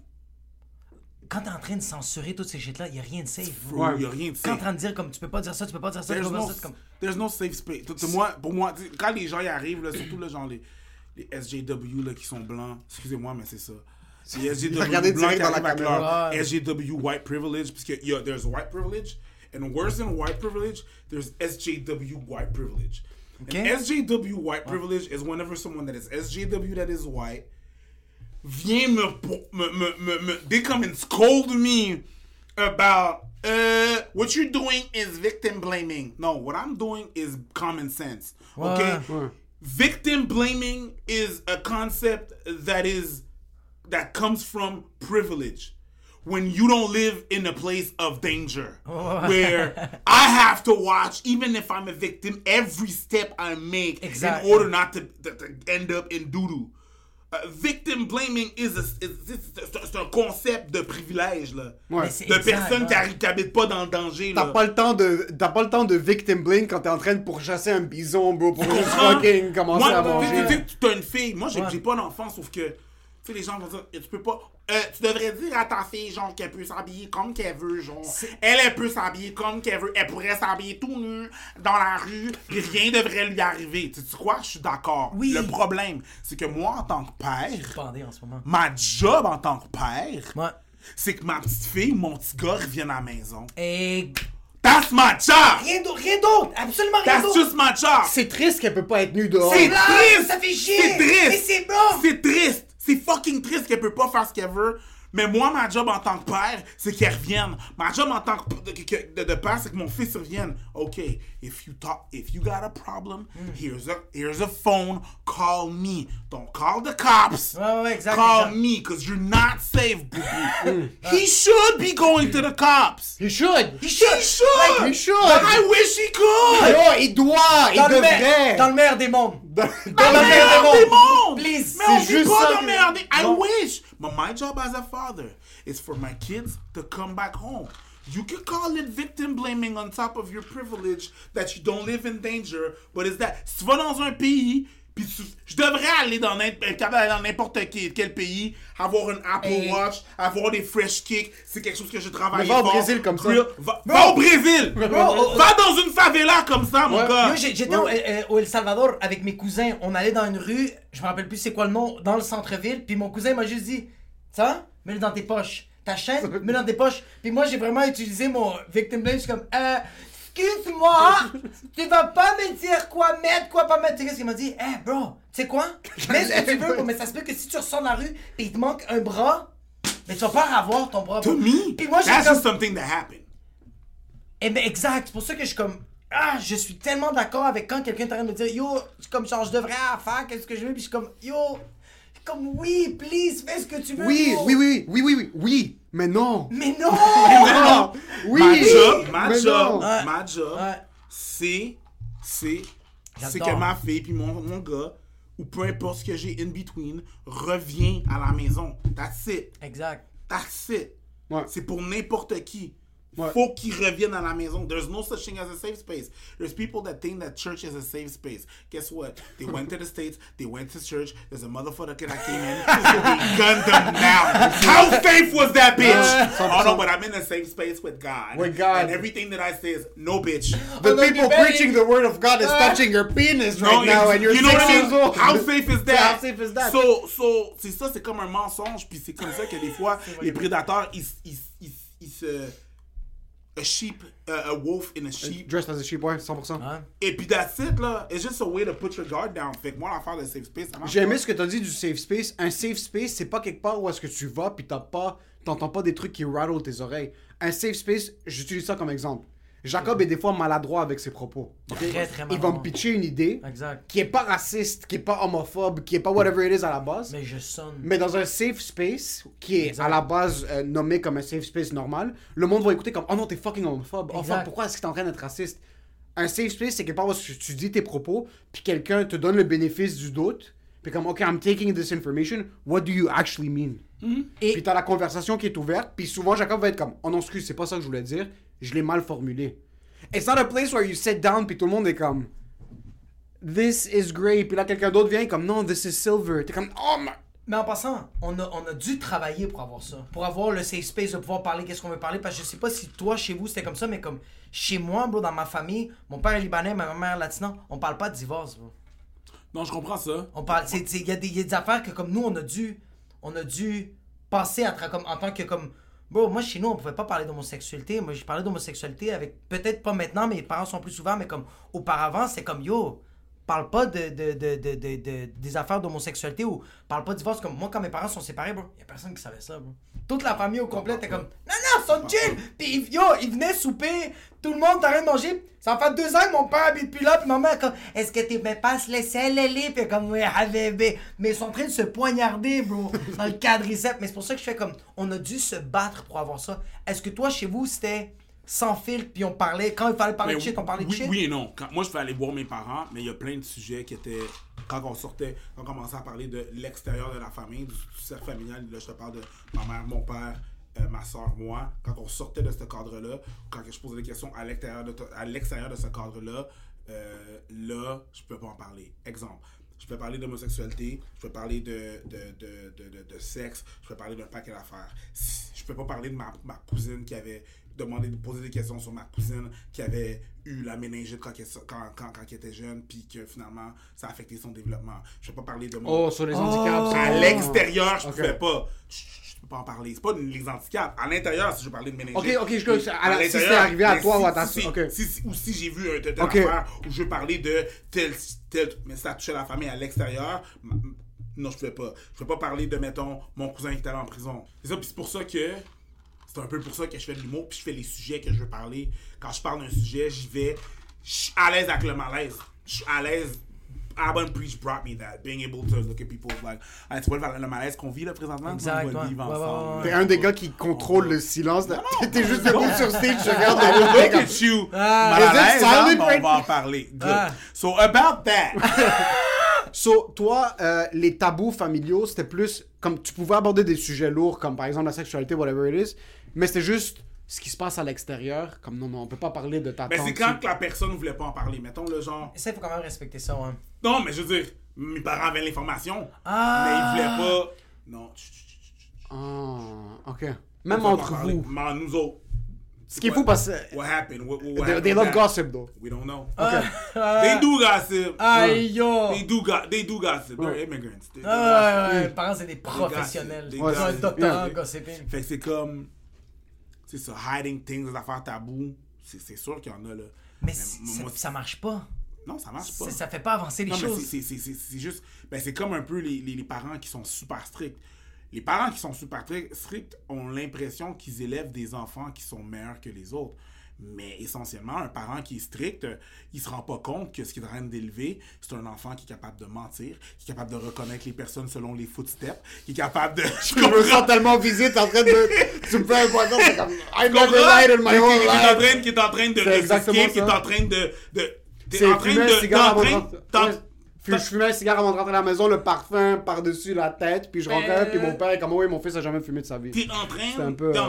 Quand t'es en train de censurer toutes ces shit-là, il n'y a rien de safe. For Ouais. who? Y a rien de Quand safe. t'es en train de dire comme tu peux pas dire ça, tu peux pas dire ça, tu peux pas dire ça, c'est comme... There's no safe space. Pour moi, tu sais, quand les gens y arrivent, là, surtout là, genre les SJW là, qui sont blancs, excusez-moi, mais c'est ça. Les SJW Regardez blancs qui direct dans la arrivent avec caméra. leur SJW white privilege, parce que there's white privilege, and worse than white privilege, there's SJW white privilege. Okay. And SJW white privilege is whenever someone that is SJW that is white vient they come and scold me about what you're doing is victim blaming. No, what I'm doing is common sense. Okay? Ouais. Victim blaming is a concept that comes from privilege. when you don't live in a place of danger, where I have to watch, even if I'm a victim, every step I make in order not to end up in doo-doo. Victim blaming c'est un concept de privilège, là. Ouais. De personnes qui habitent pas dans le danger, là. T'as pas le temps de victim blame quand t'es en train de pourchasser un bison, bro, pour juste fucking commencer à manger. Tu t'as une fille. Moi, j'ai pas d'enfant, sauf que, tu sais, les gens vont dire, tu peux pas... tu devrais dire à ta fille, genre, qu'elle peut s'habiller comme qu'elle veut, genre. Elle peut s'habiller comme qu'elle veut. Elle pourrait s'habiller tout nu dans la rue, puis rien devrait lui arriver. Tu sais quoi? Je suis d'accord. Oui. Le problème, c'est que moi, en tant que père, Bandé en ce moment. ma job en tant que père, Ouais. c'est que ma petite fille, mon petit gars, revienne à la maison. Et... That's my job! Rien d'autre! Absolument rien That's d'autre! just my job! C'est triste qu'elle peut pas être nue dehors. C'est là, triste! ça fait chier! C'est triste! Mais c'est bon! C'est triste! C'est fucking triste qu'elle peut pas faire ce qu'elle veut. Mais moi, ma job en tant que père, c'est qu'elle revienne. Ma job en tant que de père, c'est que mon fils revienne. OK, if you got a problem, here's a phone, call me. Don't call the cops. Ouais, exact. Call me, because you're not safe, boo-boo. He should be going to the cops. He should! He should! He should! I wish he could! Oh, il doit! Il devrait! Dans le meilleur des mondes! Dans la merde des mondes! Please! Mais on C'est vit juste pas ça dans que- merde. I Non. wish. But my job as a father is for my kids to come back home. You can call it victim blaming on top of your privilege that you don't live in danger, but is that si tu vas dans un pays, puis je devrais aller dans n'importe quel pays, avoir une Apple Watch, avoir des fresh kicks, c'est quelque chose que je travaille Mais va au fort. Brésil comme ça. Va au Brésil! Va dans une favela comme ça, mon gars! Moi, j'étais au El Salvador avec mes cousins. On allait dans une rue, je me rappelle plus c'est quoi le nom, dans le centre-ville. Puis mon cousin m'a juste dit, ça, mets-le dans tes poches. Ta chaîne, mets-le dans tes poches. Puis moi, j'ai vraiment utilisé mon victim blame. Je suis comme, excuse-moi, tu vas pas me dire quoi mettre, quoi pas mettre. Tu sais qu'est-ce qu'il m'a dit? Bro, tu sais quoi? Mets ce que tu veux, mais ça se peut que si tu ressors de la rue et il te manque un bras, mais tu vas pas avoir ton bras. To me, Puis moi, j'ai that's comme... just something that happened. Eh ben exact, c'est pour ça que je suis comme je suis tellement d'accord avec quand quelqu'un t'arrête de me dire yo, c'est comme genre je devrais faire qu'est-ce que je veux, puis je suis comme yo, comme oui, please, fais ce que tu veux. Oui, bro. oui, mais non! Mais non! Non! Oui! Ma mais job, non. ma job, Ouais. c'est J'adore. que ma fille puis mon gars, ou peu importe ce que j'ai in between, revient à la maison. That's it. Exact. That's it. Ouais. C'est pour n'importe qui. Ouais. Faut qu'ils reviennent à la maison. There's no such thing as a safe space. There's people that think that church is a safe space. Guess what? They went to the States, they went to church, there's a motherfucker that came in, they gunned them down. How safe was that bitch? Oh no, but I'm in a safe space with God. With God. And everything that I say is, no bitch. The no, people you better- preaching the word of God is touching your penis right now, and you're you know 6 what I years mean? old. How safe is that? How safe is that? So, c'est ça, c'est comme un mensonge, puis c'est comme ça que des fois, les prédateurs, ils se... A wolf in a sheep. Dressed as a sheep, ouais, 100%. Ouais. Et puis that's it, là. It's just a way to put your guard down. Fait que moi, l'affaire de safe space, ça marche J'ai aimé pas. ce que t'as dit du safe space. Un safe space, c'est pas quelque part où est-ce que tu vas pis t'entends pas des trucs qui rattle tes oreilles. Un safe space, j'utilise ça comme exemple. Jacob est des fois maladroit avec ses propos. ok? Très, très Il va me maladroit. pitcher une idée Exact. qui est pas raciste, qui est pas homophobe, qui est pas whatever it is à la base. Mais je sonne. Mais dans un safe space, qui est à la base nommé comme un safe space normal, le monde va écouter comme « Oh non, t'es fucking homophobe. Oh Exact. fuck, pourquoi est-ce que t'es en train d'être raciste? » Un safe space, c'est quelque part où tu dis tes propos, puis quelqu'un te donne le bénéfice du doute, puis comme « Ok, I'm taking this information. What do you actually mean? Et Puis t'as la conversation qui est ouverte, puis souvent Jacob va être comme « Oh non, excuse, c'est pas ça que je voulais dire. Je l'ai mal formulé. » It's not a place where you sit down, puis tout le monde est comme « This is great. » Puis là, quelqu'un d'autre vient comme « Non, this is silver. » T'es comme « Oh my... » Mais en passant, on a dû travailler pour avoir ça. Pour avoir le safe space de pouvoir parler qu'est-ce qu'on veut parler. Parce que je sais pas si toi, chez vous, c'était comme ça, mais comme chez moi, bro, dans ma famille, mon père est libanais, ma mère est latina, on parle pas de divorce, bro. Non, je comprends ça. On parle, il y a des affaires que comme nous, on a dû passer comme, en tant que comme... Bro, moi, chez nous, on pouvait pas parler d'homosexualité. Moi, j'ai parlé d'homosexualité avec... Peut-être pas maintenant, mes parents sont plus souvent, mais comme auparavant, c'est comme, yo... Parle pas des affaires d'homosexualité ou parle pas de divorce. Comme moi, quand mes parents sont séparés, bro, y a personne qui savait ça, bro. Toute la famille au complet était comme, non, ils sont chill! Puis ils venaient souper, Tout le monde t'arrête de manger. Ça fait 2 ans que mon père habite plus là, puis maman est comme, est-ce que tu me passes le sel, les puis comme, oui, bébé. Mais ils sont en train de se poignarder, bro, dans le quadriceps. Mais c'est pour ça que je fais comme, on a dû se battre pour avoir ça. Est-ce que toi, chez vous, c'était sans filtre, puis on parlait, quand il fallait parler de shit, on parlait de shit? Oui et non. Moi, je fais aller voir mes parents, mais il y a plein de sujets qui étaient, quand on commençait à parler de l'extérieur de la famille, du cercle familial, là, je te parle de ma mère, mon père, ma soeur, moi, quand on sortait de ce cadre-là, quand je posais des questions à l'extérieur de ce cadre-là, là, je peux pas en parler. Exemple, je peux parler d'homosexualité, je peux parler de sexe, je peux parler d'un paquet d'affaires. Je peux pas parler de ma cousine qui avait poser des questions sur ma cousine qui avait eu la méningite quand elle était jeune, puis que finalement, ça a affecté son développement. Je peux pas parler de mon... sur les handicaps. À l'extérieur, je pouvais pas. Je peux pas en parler. C'est pas les handicaps. À l'intérieur, si je parlais de méningite. Ok, si c'est arrivé à toi ou à ta soeur. Ou si j'ai vu une affaire où je parlais de tel, mais ça touchait la famille à l'extérieur, non, je pouvais pas. Je pouvais pas parler de, mettons, mon cousin qui était allé en prison. C'est ça, puis c'est pour ça que... C'est un peu pour ça que je fais de l'humour, puis je fais les sujets que je veux parler. Quand je parle d'un sujet, je suis à l'aise avec le malaise. Je suis à l'aise. Abba Preach brought me that. Being able to look at people like, tu vois le malaise qu'on vit là présentement? Exact, on va le vivre ensemble. T'es un des gars qui contrôle le silence. T'es juste debout sur stage, je regarde Look at you. Mal à l'aise, silent on va en parler. Good. So, about that. So, toi, les tabous familiaux, c'était plus comme tu pouvais aborder des sujets lourds, comme par exemple la sexualité, whatever it is, mais c'était juste ce qui se passe à l'extérieur. Comme non, on peut pas parler de ta tante. Mais c'est quand que la personne ne voulait pas en parler. Mettons le genre. Ça, il faut quand même respecter ça, ouais. Non, mais je veux dire, mes parents avaient l'information, mais ils voulaient pas. Non. Ah, ok. Même entre vous. Mais nous autres. Ce qui est fou parce que. What happened? What happened? They love gossip, though. We don't know. Okay. They do gossip. Aïe, yo! They do gossip. They're immigrants. Ouais, les parents, c'est des professionnels. They Ils ont un gossip. doctorat en gossiping. Fait que c'est comme. C'est ça, hiding things, des affaires tabous. C'est sûr qu'il y en a, là. Mais ça marche pas. Non, ça marche pas. Ça fait pas avancer les choses. Mais c'est juste. Ben, c'est comme un peu les parents qui sont super stricts. Les parents qui sont super stricts ont l'impression qu'ils élèvent des enfants qui sont meilleurs que les autres. Mais essentiellement, un parent qui est strict, il se rend pas compte que ce qu'il est en train d'élever, c'est un enfant qui est capable de mentir, qui est capable de reconnaître les personnes selon les footsteps, qui est capable de... Je me sens tellement visé, t'es en train de... Tu me fais un poisson, c'est comme... I never lied in my whole life. Qui est en train de... C'est exactement ça. Qui est en train de... C'est fumer un cigare je fumais un cigare avant de rentrer à la maison, le parfum par-dessus la tête, puis je rentrais, puis mon père est comme, oui, mon fils a jamais fumé de sa vie. T'es en train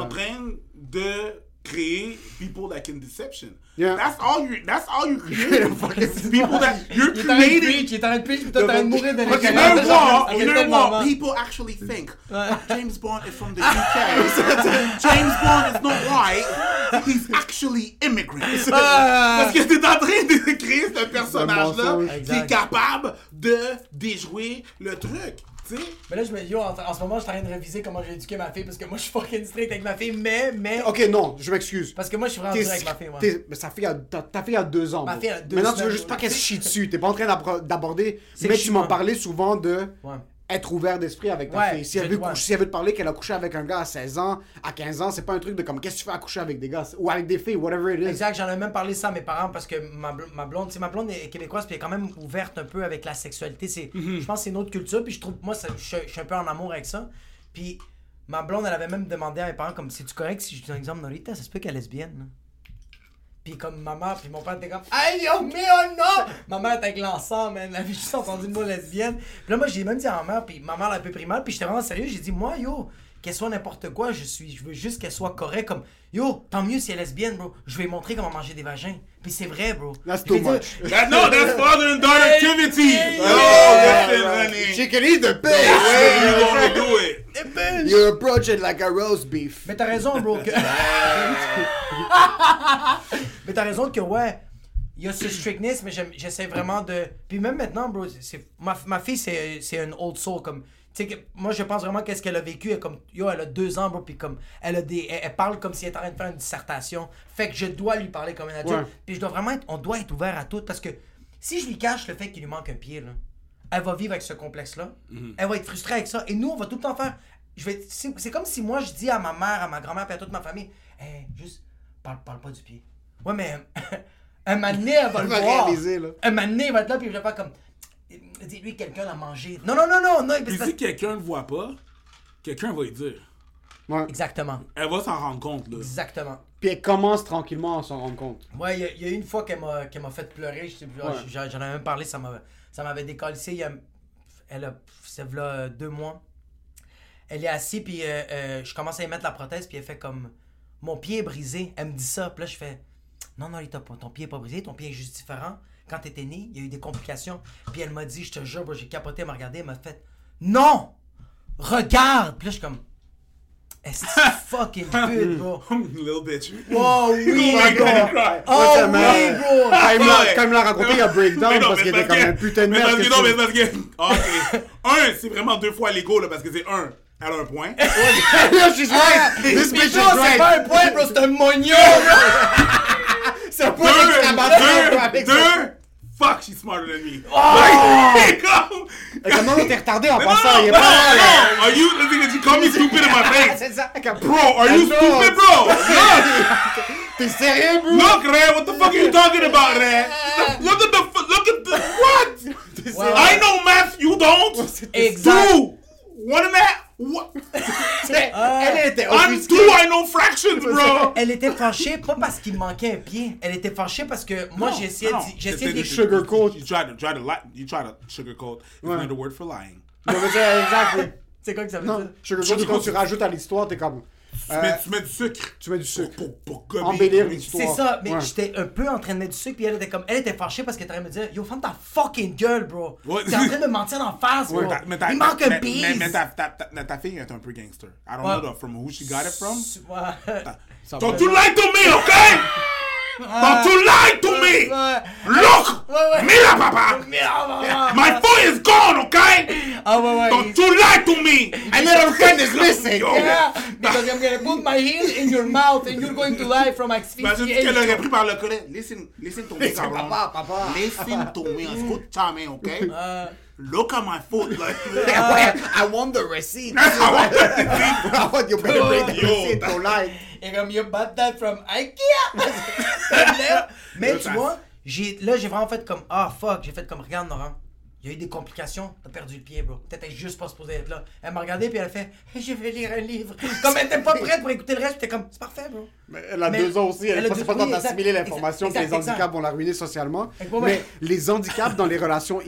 de créer people that can deception. Yeah. That's all you create. People that you're creating. Il est en train de preach, puis toi, t'es en train de mourir de You know what? People actually think James Bond is from the UK. James Bond is not white. He's actually immigrant. Parce que t'es en train de créer ce personnage-là qui est capable de déjouer le truc. T'sais? Mais là, en ce moment, je suis en train de réviser comment j'ai éduqué ma fille parce que moi, je suis fucking strict avec ma fille, mais... Ok, non, je m'excuse. Parce que moi, je suis vraiment strict avec ma fille, ouais. Mais ta fille a 2 ans. Ma fille a 2 Maintenant, semaines, tu veux juste pas qu'elle se chie dessus. T'es pas en train d'aborder... Mais tu m'en parlais souvent de... Ouais. Être ouvert d'esprit avec ta fille. Si elle veut te parler qu'elle a couché avec un gars à 16 ans, à 15 ans, c'est pas un truc de comme qu'est-ce que tu fais à coucher avec des gars ou avec des filles, whatever it is. Exact, j'en ai même parlé ça à mes parents parce que ma blonde est québécoise puis elle est quand même ouverte un peu avec la sexualité. Je pense que c'est une autre culture puis je trouve, moi, je suis un peu en amour avec ça. Puis ma blonde, elle avait même demandé à mes parents comme, c'est-tu correct si je dis un exemple, Norita, ça se peut qu'elle est lesbienne, là? Puis comme maman, puis mon père était comme hey yo, mais oh non! Ma mère était avec l'encens, man. Elle avait juste entendu le mot lesbienne. Puis là, moi, j'ai même dit à ma mère, puis ma mère l'a un peu pris mal, puis j'étais vraiment sérieux. J'ai dit, moi, yo, qu'elle soit n'importe quoi, je veux juste qu'elle soit correcte. Comme, yo, tant mieux si elle est lesbienne, bro. Je vais lui montrer comment manger des vagins. Puis c'est vrai, bro. That's too much. That's father and daughter activity. She can eat the pig. The way you gonna do it. You approach it like a roast beef. Mais t'as raison, bro. Mais t'as raison que, ouais, il y a ce strictness, mais j'essaie vraiment de... Puis même maintenant, bro, ma fille, c'est une old soul, comme... Tu sais, moi, je pense vraiment qu'est-ce qu'elle a vécu. Elle a 2 ans, bro, puis comme... Elle parle comme si elle était en train de faire une dissertation. Fait que je dois lui parler comme un adulte. Ouais. Puis on doit être ouvert à tout, parce que si je lui cache le fait qu'il lui manque un pied, là, elle va vivre avec ce complexe-là. Elle va être frustrée avec ça. Et nous, on va tout le temps faire... C'est comme si moi, je dis à ma mère, à ma grand-mère, puis à toute ma famille, hey, juste, parle pas du pied. Ouais, mais un moment donné, elle va le va voir. réaliser, là. Un moment donné, il va être là, puis il va faire comme... Dis-lui, quelqu'un l'a mangé. Non. Puis si quelqu'un le voit pas, quelqu'un va lui dire. Ouais. Exactement. Elle va s'en rendre compte, là. Exactement. Puis elle commence tranquillement à s'en rendre compte. Ouais, il y a une fois qu'elle m'a fait pleurer. J'en avais même parlé, ça m'avait décalissé. C'est là 2 mois. Elle est assise, puis je commence à y mettre la prothèse, puis elle fait comme... Mon pied est brisé. Elle me dit ça, puis là, je fais... Non, ton pied est pas brisé, ton pied est juste différent. Quand t'étais né, il y a eu des complications. Puis elle m'a dit, je te jure, bro, j'ai capoté, elle m'a regardé, elle m'a fait... Non! Regarde! Puis là, je suis comme... Est-ce que fucking pute, bro? Little bitch. Oh oui, Oh my bro! God, cry. Oh Tellement. oui, bro! Quand il me l'a raconté, il y a breakdown Mais non, parce mais qu'il était comme un putain de merde. Non, mais parce que. Ok. C'est vraiment 2 fois l'ego, là, parce que c'est elle a un point. Yo, she's right! This bitch is Bro, c'est right! pas un point, bro, c'est un mognon, bro! C'est un point d'exclamation avec ça. 2, fuck, she's smarter than me. Like, non, t'es retardé en passant, il est pas là. No, are you, you call me stupid in my face? C'est ça. Bro, are you stupid, bro? T'es sérieux, bro? Look, Ray, what the fuck are you talking about, Ray? Look at the, what? I know math, you don't. Exact. 2, 1 and a half. What? Elle était I'm offusquée. 2, I know fractions, bro. Elle était fâchée, pas parce qu'il manquait un pied. Elle était fâchée parce que moi, j'ai essayé de... sugarcoat. You try to sugarcoat. It's another word for lying. Non, mais c'est exact. C'est quoi que ça veut Non, dire? sugarcoat, c'est quand tu rajoutes à l'histoire, t'es comme... Tu mets du sucre. Tu mets du sucre. Pour gommer Embellir l'histoire. l'histoire. C'est ça, mais Ouais. j'étais un peu en train de mettre du sucre, puis elle était fâchée parce qu'elle était en train de me dire, yo, ferme ta fucking gueule, bro. Ouais. T'es en train de me mentir d'en face, bro. Mais Il manque un piece. Mais ta fille est un peu gangster. I don't know from who she got it from. Ouais. Don't you lie to me, okay? Don't you lie to me! Look! Mira, papa! My phone is gone, okay? Ah ouais. Don't you lie to me! My little friend is missing! Yeah, because I'm gonna put my heel in your mouth and you're going to die from Imagine asphyxiation. qu'elle aurait pris par le collet. Listen to me, cabrón. Papa. Listen to me. Escúchame, okay? Look at my foot. Like, I want the receipt. I want you better bring the receipt, no lie. Et comme you bought that from Ikea. Mais tu vois, j'ai vraiment fait comme fuck, j'ai fait comme regarde Laurent, il y a eu des complications, t'as perdu le pied, bro. T'étais juste pas supposé être là. Elle m'a regardé puis elle a fait je vais lire un livre. Comme elle était pas prête pour écouter le reste, j'étais comme c'est parfait, bro. Mais elle a 2 ans aussi, elle c'est pas temps d'assimiler l'information que les exact. handicaps vont la ruiner socialement. Ouais. Mais les handicaps dans les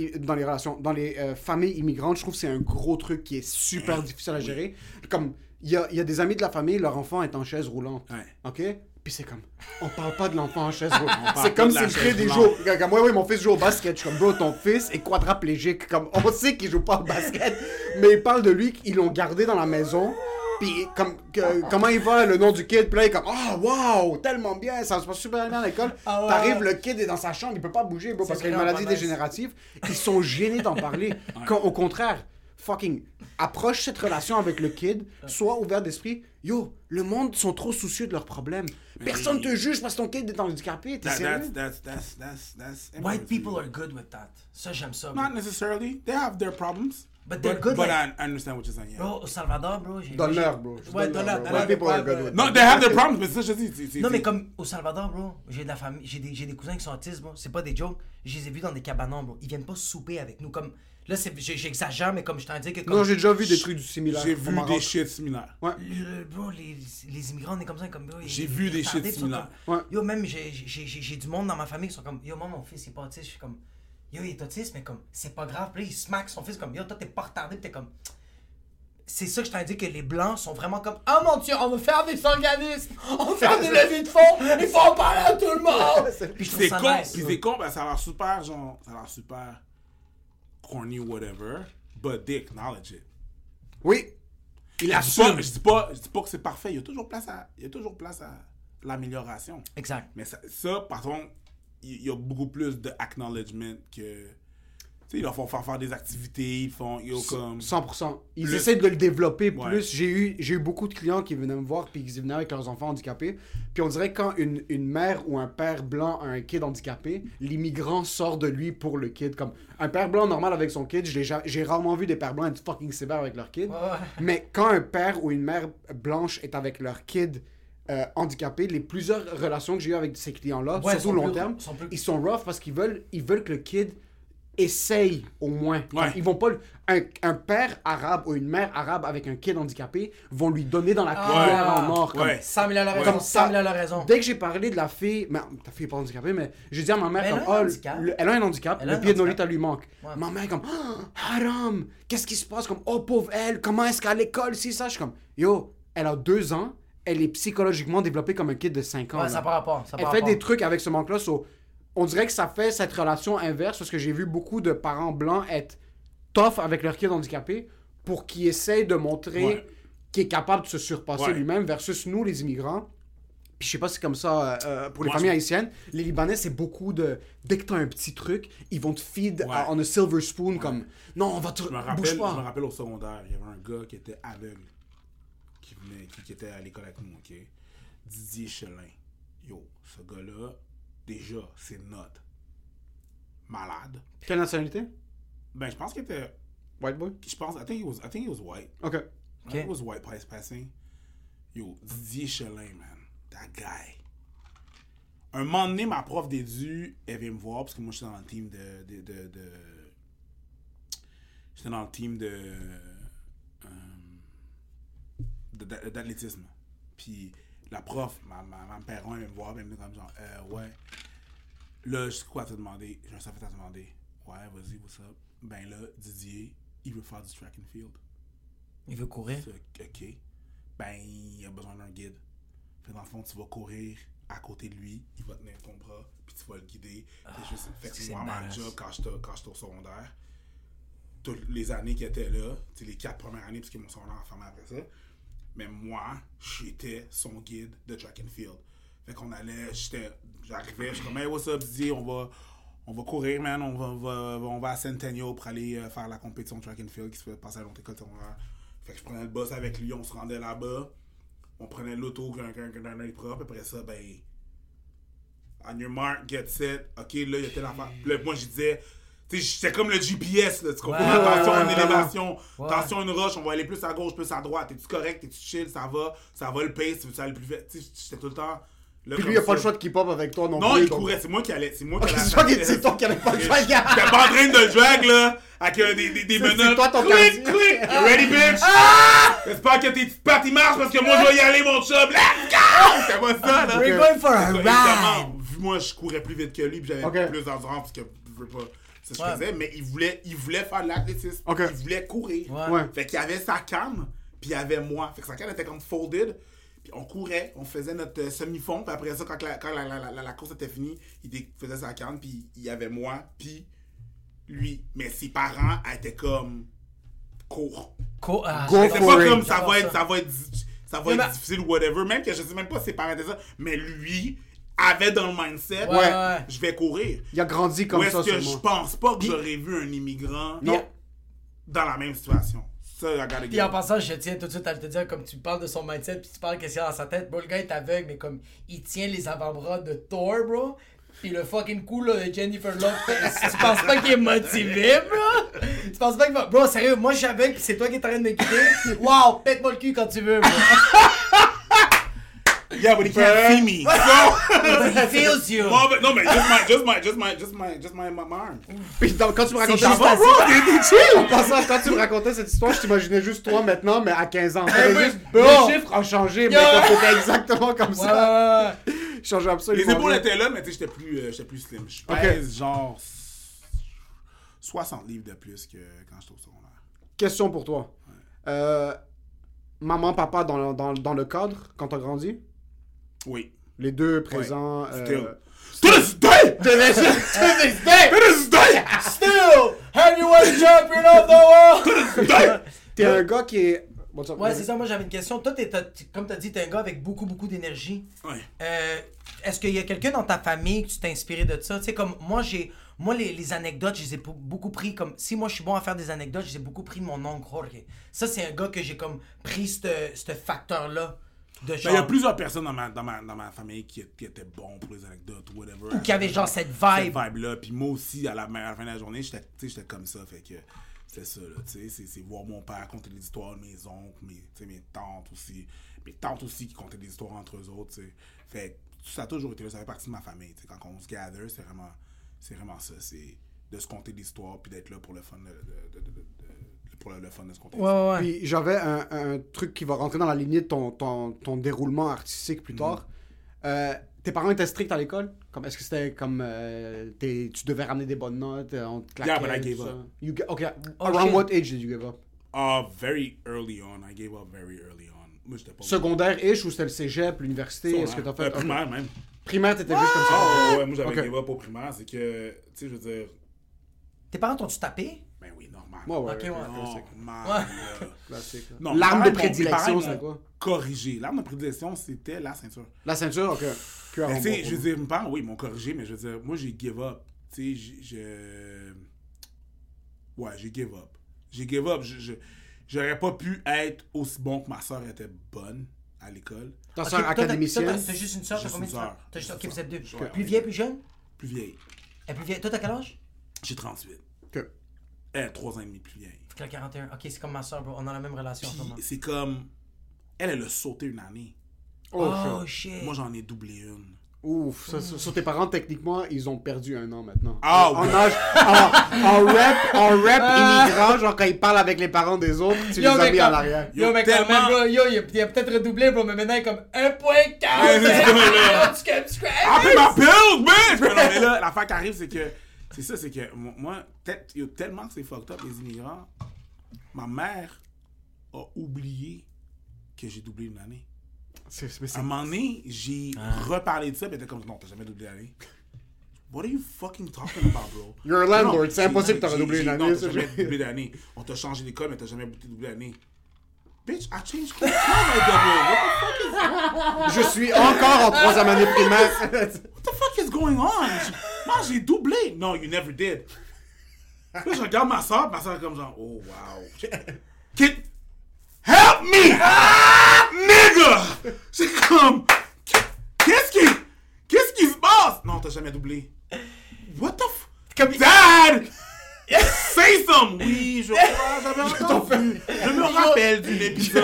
familles immigrantes, je trouve que c'est un gros truc qui est super difficile à gérer. Comme, il y a des amis de la famille, leur enfant est en chaise roulante. Ouais. OK? Puis c'est comme, on parle pas de l'enfant en chaise roulante. parle C'est pas comme de la s'il crée chaise des roulante. jeux. Comme, oui, mon fils joue au basket. Je suis comme, bro, ton fils est quadraplégique. Comme, on sait qu'il joue pas au basket, mais il parle de lui qu'ils l'ont gardé dans la maison. Puis comment il va, le nom du kid, puis là, il est comme, wow, tellement bien, ça se passe super bien à l'école. Ah ouais. T'arrives, le kid est dans sa chambre, il peut pas bouger, bro, parce qu'il a une vraiment maladie pas nice. dégénérative. Ils sont gênés d'en parler. Quand, au contraire, fucking, approche cette relation avec le kid, sois ouvert d'esprit. Yo, le monde sont trop soucieux de leurs problèmes. Personne te juge parce que ton kid est handicapé, t'es sérieux? That's White people are good with that. Ça j'aime ça. Not necessarily. They have their problems. But they're good, But like- I understand what you're saying. Yeah. Bro, au Salvador, bro, Donne-leur, bro. Ouais, donne-leur. White people are good with No, they have their problems, mais ça, je dis. Non, mais comme au Salvador, bro, j'ai de la famille, j'ai des cousins qui sont autistes, bro. C'est pas des jokes. Je les ai vus dans des cabanons, bro. Ils viennent pas souper avec nous. Comme là, j'exagère, mais comme je t'en dis que. Comme, Non, j'ai déjà vu des trucs similaires. J'ai au vu Maroc. des shit similaires. Ouais. Bro, les immigrants, on est comme ça, comme bro, J'ai ils- vu des ils shit retardés, ils sont similaires. comme- Ouais. Yo, même j'ai du monde dans ma famille qui sont comme, yo, moi, mon fils, il est pas autiste. Je suis comme, yo, il est autiste, mais comme, c'est pas grave. Puis là, il smack son fils comme, yo, toi, t'es pas retardé, puis t'es comme. C'est ça que je t'ai dit que les blancs sont vraiment comme, oh mon dieu, on va faire des organismes, on va faire des levées de fonds, il faut en parler à tout le monde. Puis je trouve C'est ça con, nice. puis c'est con, ben ça a l'air super, genre, ça a l'air super corny ou whatever, but they acknowledge it. Oui. Il Je assume. dis pas que c'est parfait, il y a toujours place à l'amélioration. Exact. Mais ça par contre, il y a beaucoup plus de acknowledgement que... Tu sais, ils leur font faire des activités, ils font... comme... 100%. Ils Plus. essaient de le développer plus. Ouais. J'ai eu beaucoup de clients qui venaient me voir puis qui venaient avec leurs enfants handicapés. Puis on dirait que quand une mère ou un père blanc a un kid handicapé, l'immigrant sort de lui pour le kid. Comme un père blanc normal avec son kid, j'ai rarement vu des pères blancs être fucking sévères avec leur kid. Ouais. Mais quand un père ou une mère blanche est avec leur kid handicapés, les plusieurs relations que j'ai eues avec ces clients-là, Ouais, surtout long terme, ils sont rough parce qu'ils veulent que le kid essaye au moins. Ouais. Ils vont pas... Un père arabe ou une mère arabe avec un kid handicapé vont lui donner dans la cuillère en or. Comme, Ouais. 100 000 à la raison. Comme 100 000 à la raison. Dès que j'ai parlé de la fille, mais ta fille est pas handicapée, mais j'ai dit à ma mère Mais comme, elle a un handicap, Elle a le un pied de handicap. Nolita lui manque. Ouais. Ma mère est comme, haram, qu'est-ce qui se passe? Comme, oh pauvre elle, comment est-ce qu'à l'école, si ça? Je suis comme, yo, elle a 2 ans, elle est psychologiquement développée comme un kid de 5 ans. Ouais, là. ça par rapport. Elle fait des trucs avec ce manque-là, on dirait que ça fait cette relation inverse parce que j'ai vu beaucoup de parents blancs être tough avec leur kid handicapé pour qu'ils essayent de montrer qu'il est capable de se surpasser lui-même versus nous, les immigrants. Puis je sais pas si c'est comme ça pour les familles haïtiennes. Les Libanais, c'est beaucoup de... Dès que t'as un petit truc, ils vont te feed on a silver spoon comme... Non, on va te... Bouge pas. Je me rappelle au secondaire, il y avait un gars qui était aveugle qui était à l'école avec nous, ok? Didier Chelin. Yo, ce gars-là, déjà, c'est notre malade. Quelle nationalité? Ben, je pense qu'il était... White boy? I think he was white. OK. I think it was white passing. Yo, Didier Chelin, man. That guy. Un moment donné, ma prof d'édu, elle vient me voir, parce que moi, j'étais dans le team j'étais dans le team d'athlétisme. Puis la prof, ma parent, elle vient me voir, elle me dit comme genre, ouais. Là, je sais quoi te demander. Je me suis fait à te demander. Ouais, vas-y, what's up? Ben là, Didier, il veut faire du track and field. Il veut courir. OK. Ben, il a besoin d'un guide. Fait dans le fond, tu vas courir à côté de lui, il va tenir ton bras, puis tu vas le guider. Fait que moi, ma job, quand j'étais au secondaire, toutes les années qu'il était là, les 4 premières années, parce que mon secondaire a fermé après ça, mais moi, j'étais son guide de track and field. Fait qu'on allait, j'arrivais, je suis comme, hey, what's up, Didier, on va courir, man, on va à Centennial pour aller faire la compétition track and field qui se fait passer à l'autre école secondaire. Fait que je prenais le bus avec lui, on se rendait là-bas, on prenait l'auto d'un œil propre, après ça, ben, on your mark, get set, ok, là, il y a telle affaire. Puis là, moi, je disais, tu sais, j'étais comme le GPS, là, tu comprends? Attention à une élévation, attention à une roche, on va aller plus à gauche, plus à droite, es-tu correct, es-tu chill, ça va le pace, tu veux aller plus vite, tu sais, j'étais tout le temps... Là, puis lui, il a pas le choix de keep up avec toi non plus. Non, il courait, c'est moi qui allais. C'est toi qui allais pas le choix. J'étais pas en train de le drag, là, avec des menottes. C'est toi ton Quick! You ready, bitch? J'espère que tes petites pattes, ils marchent parce que moi, je vais y aller, mon chum. Let's go! C'était pas ça, là. We're going for a ride! Vu moi, je courais plus vite que lui, puis j'avais plus d'endurance, parce que je veux pas... C'est ce que je faisais, mais il voulait faire de l'athlétisme. Il voulait courir. Fait qu'il avait sa canne, puis il avait moi. Fait que sa canne était comme folded. On courait, on faisait notre semi-fond, puis après ça, quand la course était finie, il faisait sa canne, puis il y avait moi, puis lui. Mais ses parents étaient comme cours. C'est pas comme ça va être difficile ou whatever, même que je sais même pas si ses parents étaient ça, mais lui avait dans le mindset, je vais courir. Il a grandi comme ça, est-ce que je pense pas que j'aurais vu un immigrant dans la même situation. Puis en passant, je tiens tout de suite à te dire, comme tu parles de son mindset, puis tu parles qu'est-ce qu'il y a dans sa tête, bro, le gars est aveugle, mais comme il tient les avant-bras de Thor, bro. Puis le fucking coup là, de Jennifer Lopez, tu penses pas qu'il est motivé, bro? Tu penses pas qu'il va. Bro, sérieux, moi je suis aveugle, pis c'est toi qui es en train de me quitter. Wow, pète-moi le cul quand tu veux, bro. Yeah, but he can't see me. But he feels you. No, but just my arm. Puis quand tu me racontais juste l'histoire, assez. en passant, quand tu me racontais cette histoire, je t'imaginais juste toi maintenant, mais à 15 ans. Juste, Le chiffre a changé, mais c'était exactement comme ça. Il changeait absolument. Les épaules étaient là, mais tu sais, j'étais plus slim. Je pèse genre 60 livres de plus que quand j'étais au secondaire. Question pour toi. Maman, papa dans le cadre quand t'as grandi? Oui. Les deux présents. To this day! Still! Heavyweight champion of the world! T'es un gars qui est. Ouais, c'est ça, moi j'avais une question. Toi, comme t'as dit, t'es un gars avec beaucoup d'énergie. Ouais. Est-ce qu'il y a quelqu'un dans ta famille que tu t'es inspiré de ça? Tu sais, comme moi, les anecdotes, je les ai beaucoup pris comme... Si moi, je suis bon à faire des anecdotes, je les ai beaucoup pris de mon oncle Jorge. Ça, c'est un gars que j'ai comme pris ce facteur-là. De Il y a plusieurs personnes dans ma famille qui étaient bons pour les anecdotes ou whatever. Ou qui avaient genre cette Cette vibe. vibe-là. Puis moi aussi, à la fin de la journée, j'étais comme ça. Fait que c'est ça, là. Tu sais, c'est voir mon père compter des histoires, mes oncles, mes tantes aussi. Mes tantes aussi qui comptaient des histoires entre eux autres, tu sais. Fait que ça a toujours été là. Ça fait partie de ma famille. Tu sais, quand on se gather, c'est vraiment ça. C'est de se compter des histoires puis d'être là pour le fun pour le fun de se compter. Ouais. Puis j'avais un truc qui va rentrer dans la lignée de ton déroulement artistique plus tard. Tes parents étaient stricts à l'école? Est-ce que c'était comme tu devais ramener des bonnes notes, on te claquait? Yeah, but I gave up. Okay. Around what age did you give up? Very early on. I gave up very early on. Moi, j'étais pas Secondaire-ish ou c'était le cégep, l'université? Est-ce que t'as fait... primaire même. Primaire, t'étais juste comme ça? Ouais, moi j'avais give up au primaire. C'est que, tu sais, je veux dire... Tes parents t'ont-tu tapé? Ben oui, normal. Ouais. Normal. Classique. Non, L'arme mes de parents, prédilection, mes c'est parents quoi? m'ont corrigé. L'arme de prédilection, c'était la ceinture. La ceinture, ok. Ben, tu sais, je veux dire, mes parents, oui, ils m'ont corrigé, mais je veux dire, moi, j'ai give up. Tu sais, ouais, j'ai give up. J'ai give up. J'aurais pas pu être aussi bon que ma soeur était bonne à l'école. Ta soeur académicienne? T'as juste une soeur, t'as Juste combien de une soeurs? sœur. Ok, vous êtes deux. Ouais, Plus vieille, plus jeune? Plus vieille. Elle est plus vieille. Toi, t'as quel âge? J'ai 38. Que? Elle est 3 ans et demi plus vieille. Fait que la 41. Ok, c'est comme ma soeur, bro. On a la même relation en ce moment. Puis c'est comme... Elle a sauté une année. Oh, shit. Moi, j'en ai doublé une. Ouf, sur tes parents, techniquement, ils ont perdu un an maintenant. Ah En oui. âge, en rap immigrant, genre quand ils parlent avec les parents des autres, tu les as mis en arrière. Yo, mais quand même, bro, il a peut-être redoublé, bro, mais maintenant, il est comme 1.4. c'est ça, là. Tu can scratch. Ah, puis ma pills, man! Non, mais là, l'affaire qui arrive, c'est que... C'est que moi, tellement que c'est fucked up, les immigrants, ma mère a oublié que j'ai doublé une année. À un moment donné, j'ai reparlé de ça, puis elle était comme, non, t'as jamais doublé l'année. What are you fucking talking about, bro? You're a landlord, Non, c'est impossible que t'aurais doublé une année. Non, ça, t'as jamais doublé d'année. On t'a changé d'école, mais t'as jamais doublé l'année. Bitch, I changed school. I double. What the fuck is... Je suis encore en 3e année primaire. What the fuck is going on? Moi, j'ai doublé. No, you never did. Là, je regarde ma soeur est comme genre, oh wow. Kid, help me! Nigga! C'est comme, qu'est-ce qui se passe? Non, t'as jamais doublé. What the f... Comme Dad! Say some! Oui, je crois, j'avais entendu. Je me rappelle d'une épisode.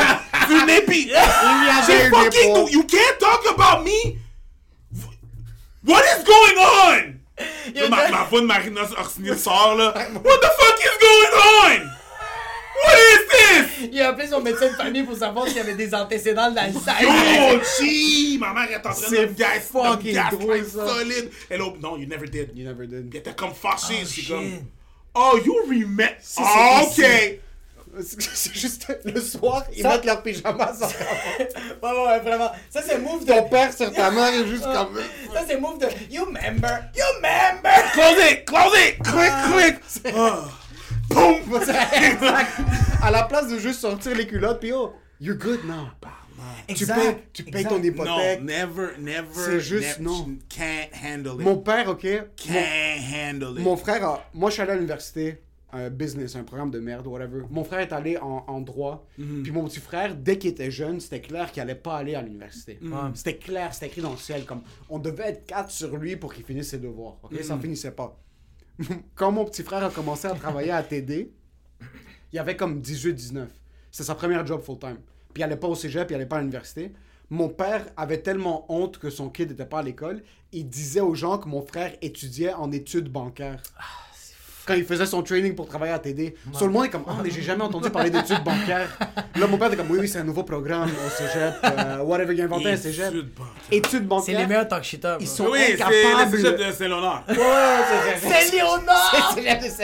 J'ai fucking... You can't talk about me! What is going on? Là, ma voix de Marina Orsini sort là. What the fuck is going on? What is this? Il a appelé son médecin de famille pour savoir s'il y avait des antécédents d'Alzheimer. Oh, gee! Ma mère est en train de me gas fucking drôle, ça. solide. Elle a... Non, you never did. You never did. Puis elle était comme fâchée. Oh, C'est shit. comme... Oh, you remember... c'est OK. C'est juste le soir, ils mettent leur pyjama sur Ouais, vraiment. Ça, c'est move de... ton père sur ta mère est juste comme... Ça, c'est move de... You remember? Close it! Click! Oh. Boom! Exact. À la place de juste sortir les culottes, puis oh, you're good now. Tu payes ton hypothèque. No, never. C'est juste never, non. Can't handle it. Mon père, ok. Can't handle it. Mon frère, moi je suis allé à l'université, un business, un programme de merde, whatever. Mon frère est allé en droit. Puis mon petit frère, dès qu'il était jeune, c'était clair qu'il allait pas aller à l'université. C'était clair, c'était écrit dans le ciel. Comme on devait être 4 sur lui pour qu'il finisse ses devoirs. Ok, ça finissait pas. Quand mon petit frère a commencé à travailler à TD, il avait comme 18-19. C'était sa première job full-time. Puis il allait pas au cégep, il allait pas à l'université. Mon père avait tellement honte que son kid n'était pas à l'école, il disait aux gens que mon frère étudiait en études bancaires. Quand il faisait son training pour travailler à TD. Tout le monde est comme, ah, mais j'ai jamais entendu parler d'études bancaires. Là, mon père était comme, oui, c'est un nouveau programme au cégep. Whatever, il a inventé un cégep. Études bancaires. C'est les meilleurs talk shitters. Ils sont Oui, c'est le incapables. cégep de Saint-Léonard. C'est Léonard!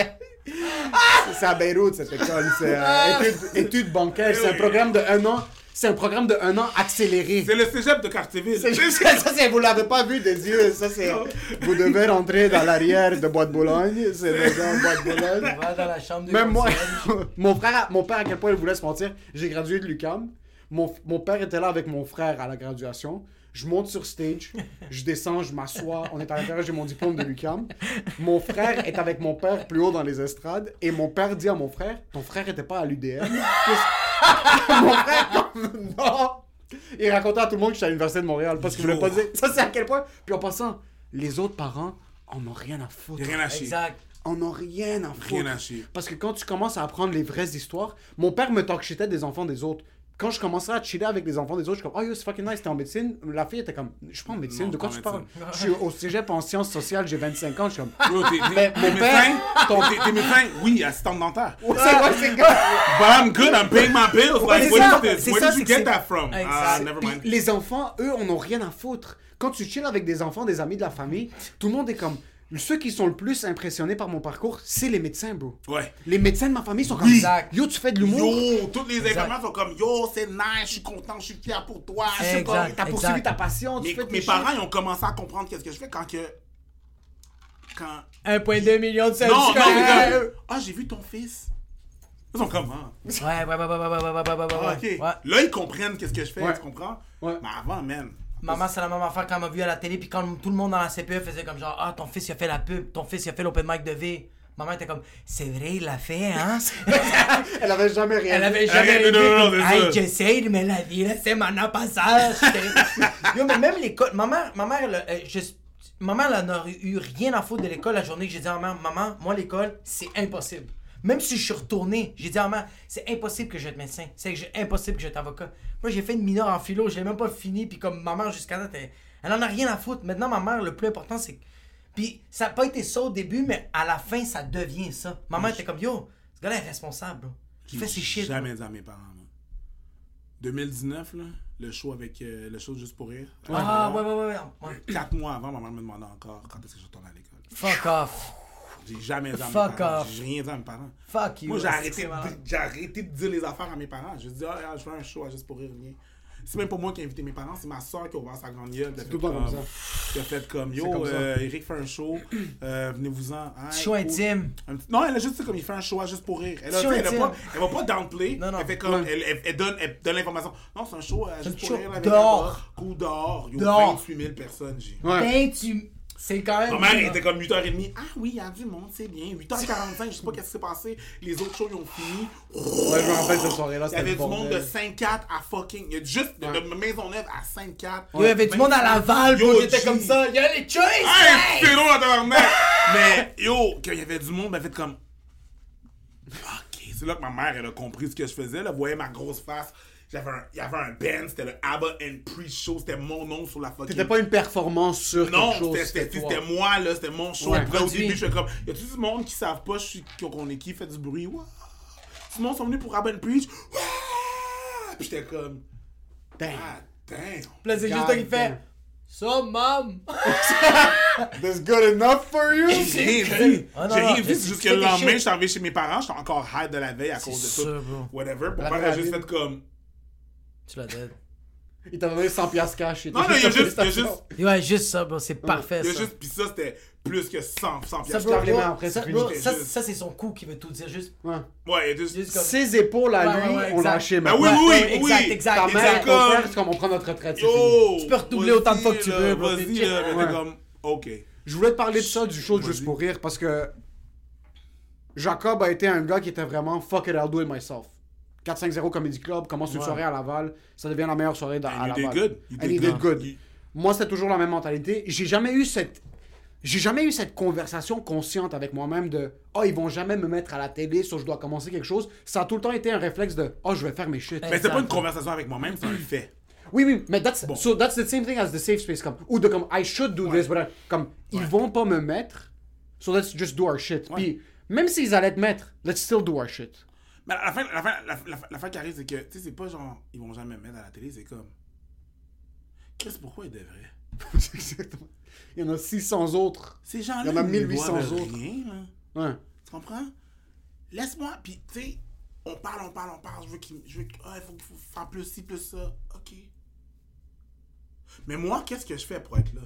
C'est à Beyrouth, cette école. C'est études bancaires. C'est un programme de 1 an. C'est un programme de 1 an accéléré. C'est le cégep de Cartierville. Ça, vous l'avez pas vu des yeux. Ça, c'est... Vous devez rentrer dans l'arrière de Bois-de-Boulogne. C'est dans Bois-de-Boulogne. Va dans la chambre de Même moi, concierge. mon père, à quel point il voulait se mentir, j'ai gradué de l'UQAM. Mon père était là avec mon frère à la graduation. Je monte sur stage, je descends, je m'assois. On est à l'intérieur, j'ai mon diplôme de l'UQAM. Mon frère est avec mon père plus haut dans les estrades. Et mon père dit à mon frère, ton frère était pas à l'UDM. Mon frère, comme, non. Il racontait à tout le monde que j'étais à l'Université de Montréal parce qu'il voulait pas dire. Ça, c'est à quel point. Puis en passant, les autres parents en ont rien à foutre. Rien à chier. Exact. En ont rien à foutre. Rien à chier. Parce que quand tu commences à apprendre les vraies histoires, mon père me talk shitait des enfants des autres. Quand je commençais à chiller avec les enfants des autres, je suis comme, oh yo, c'est fucking nice, t'es en médecine. La fille était comme, je suis pas en médecine, Non, de quoi pas tu en parles? médecine. Je suis au cégep en sciences sociales, j'ai 25 ans, je suis comme, Yo, Mais t'es mon médecin? T'es médecin? Oui, assistante dentaire. ouais, c'est But I'm good, I'm paying my bills. Ouais, Like, c'est ça, what is this? c'est Where ça, did you c'est get que that from? Exact. Never Puis mind. les enfants, eux, on n'a rien à foutre. Quand tu chill avec des enfants, des amis de la famille, tout le monde est comme... Ceux qui sont le plus impressionnés par mon parcours, c'est les médecins, bro. Ouais. Les médecins de ma famille sont comme... Exact. Yo, tu fais de l'humour? Yo, toutes les infirmières sont comme, yo, c'est nice, je suis content, je suis fier pour toi. Je suis Exact. comme... T'as poursuivi ta passion, tu fais tes Mes shit. parents, ils ont commencé à comprendre qu'est-ce que je fais quand... 1,2 million de Non, subscribers. mais comme, ah, j'ai vu ton fils. Ils sont comme, ah. Ouais. Ah, ok. Ouais. Là, ils comprennent qu'est-ce que je fais, Ouais. tu comprends? Ouais. Mais avant, man. Maman, c'est la même affaire quand elle m'a vu à la télé, puis quand tout le monde dans la CPE faisait comme genre, ah, ton fils il a fait la pub, ton fils il a fait l'open mic de V. Maman était comme, c'est vrai, il l'a fait, hein? Elle avait jamais rien Elle avait dit. jamais non, c'est Hey, ça. j'essaie de me la vie la semaine passée. Yo, mais même l'école, ma mère, elle n'a eu rien à foutre de l'école la journée que j'ai dit à ma mère, maman, moi l'école, c'est impossible. Même si je suis retourné, j'ai dit à ma mère, c'est impossible que je vais être médecin, c'est impossible que je vais être avocat. Moi, j'ai fait une mineure en philo, j'ai même pas fini, puis comme ma mère jusqu'à date, elle en a rien à foutre. Maintenant, ma mère, le plus important, c'est que... Puis ça n'a pas été ça au début, mais à la fin, ça devient ça. Ma mère était comme, yo, ce gars-là est responsable, bro. Il fait ses shit. J'ai jamais dit à mes parents, moi. 2019, là, le show avec le show Juste pour rire. Ah, ouais. 4 mois avant, ma mère me demandait encore quand est-ce que je retourne à l'école. Fuck off. J'ai jamais dit à mes Fuck parents. off. J'ai rien dit à mes parents. Fuck you. Moi, c'est malade. j'ai arrêté de dire les affaires à mes parents. Je dis, ah, je fais un show à Juste pour rire, viens. C'est même pas moi qui ai invité mes parents, c'est ma soeur qui a ouvert sa grande gueule. C'est tout le temps comme ça. Qui a fait comme, yo, comme ça. Eric fait un show, venez-vous-en. Ah, Show cool. intime. Non, elle a juste dit comme il fait un show à Juste pour rire. Elle, Show elle intime. va pas downplay. Non. Elle fait comme, elle donne l'information. Non, c'est un show à Juste pour show rire. Avec dehors. Coup dehors. Yo, Dehors. 28 000 personnes, j'ai. Ouais. C'est quand même... Ma mère était comme 8h30. Ah oui, il y a du monde, c'est bien. 8h45, je sais pas qu'est-ce qui s'est passé. Les autres shows, ils ont fini. Ouais, je me rappelle cette soirée-là, Il y c'était avait le du monde bordel. de Sainte-Cat à fucking. Il y a juste de Maisonneuve à Sainte-Cat. Il y avait du monde à Laval, Yo, bro, qui était G. comme ça. Il y a les choices! Hey, c'est drôle à tabarnak! Mais yo, quand il y avait du monde, elle fait comme. Ok, c'est là que ma mère, elle a compris ce que je faisais. Là, vous voyez ma grosse face. Il y avait un band, c'était le ABBA and Pre-Show, c'était mon nom sur la fucking. C'était pas une performance sur Non, quelque chose, c'était toi. moi, là, c'était mon show. Ouais. Puis là, au Produit. début, je fais comme, y a-tu du monde qui savent pas qu'on est qui, fait du bruit? Ouais. Tout le monde sont venus pour ABBA and Preach. Ouais. Puis j'étais comme, Damn. ah, damn. Puis là, c'est juste toi qui fait... So, mom! That's good enough for you? J'ai rien vu. Ah, non, J'ai non, rien vu. C'est juste que le fais tes lendemain, shit. je suis arrivé chez mes parents, j'étais encore high de la veille à cause de sûr, tout. bro. Whatever. Mon La père a juste vraie fait comme. Tu l'as dead. Il t'a donné 100$ cash. Non, non, il y a juste. Ouais, juste ça, bro. C'est parfait, Il y a ça. juste. Puis ça, c'était plus que 100 Ça, piastres. bro, lave les mains bro, après, ça, c'est fini. bro, ça, Juste. ça, c'est son coup qui veut tout dire. Juste, Ouais. Ouais, il y a juste. juste comme... Ses épaules à Ouais, lui ouais, ont exact. lâché. Ben maintenant. oui, Ouais, oui, exact. Ta Et mère, c'est ton comme- père, c'est comme on prend notre retraite. c'est fini. Yo! Tu peux redoubler autant de fois que tu veux, bro, Vas-y, t'es là. Mais Ouais. t'es comme. Ok. Je voulais te parler de ça, du show de Vas-y. Juste pour rire, parce que Jacob a été un gars qui était vraiment fuck it, I'll do it myself. 450 Comedy Club, commence une soirée à Laval, ça devient la meilleure soirée à And you Laval. did good. You And he did did good. You- Moi, c'était toujours la même mentalité. J'ai jamais eu cette conversation consciente avec moi-même de oh, ils vont jamais me mettre à la télé, so je dois commencer quelque chose. Ça a tout le temps été un réflexe de oh, je vais faire mes shit. Mais c'est pas une conversation avec moi-même, c'est un fait. Oui, mais that's the same thing as the safe space. Ou de comme I should do this, but comme ils vont pas me mettre, so let's just do our shit. Puis même s'ils allaient te mettre, let's still do our shit. Mais la fin qui arrive, c'est que, tu sais, c'est pas genre, ils vont jamais me mettre à la télé, c'est comme. Chris, pourquoi ils devraient? Exactement. Il y en a 600 autres. Ces gens-là, Il y en a ils ne 1800 doivent autres. rien, là. Ouais. Tu comprends? Laisse-moi, puis tu sais, on parle, je veux ah, il faut faire plus ci, plus ça. Ok. Mais moi, qu'est-ce que je fais pour être là?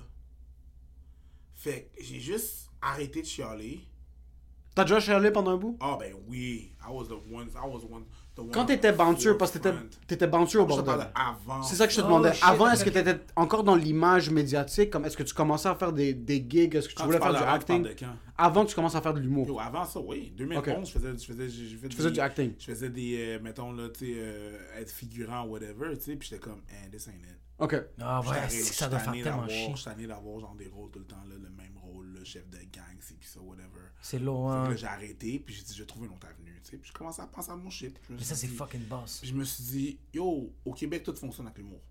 Fait que j'ai juste arrêté de chialer. T'as déjà chialé pendant un bout? Ah ben oui, I was the one. Quand t'étais bouncer, parce que t'étais bouncer au Je te bordel. parle avant. C'est ça que je te demandais. shit, Avant, ok. est-ce que t'étais encore dans l'image médiatique? Comme, est-ce que tu commençais à faire des gigs? Est-ce que tu Quand voulais tu faire parles du d'avant, tu parles acting? de quand? Avant que tu commences à faire de l'humour. Yo, avant ça, oui. 2011, Ok. tu faisais du acting. Je faisais des, mettons, là, tu sais, être figurant, whatever, tu sais, puis j'étais comme, this ain't it. Ok. Ah ouais, J'étais c'est que ça doit faire tellement chier. Je suis tanné d'avoir genre des rôles tout le temps, là, le même rôle, le chef de gang, c'est puis ça, whatever. C'est Fait loin. que là, j'ai arrêté, puis j'ai dit, je vais trouver une autre avenue, tu sais. Puis je commençais à penser à mon shit. Mais ça, c'est fucking boss. Puis je me suis dit, yo, au Québec, tout fonctionne avec l'humour.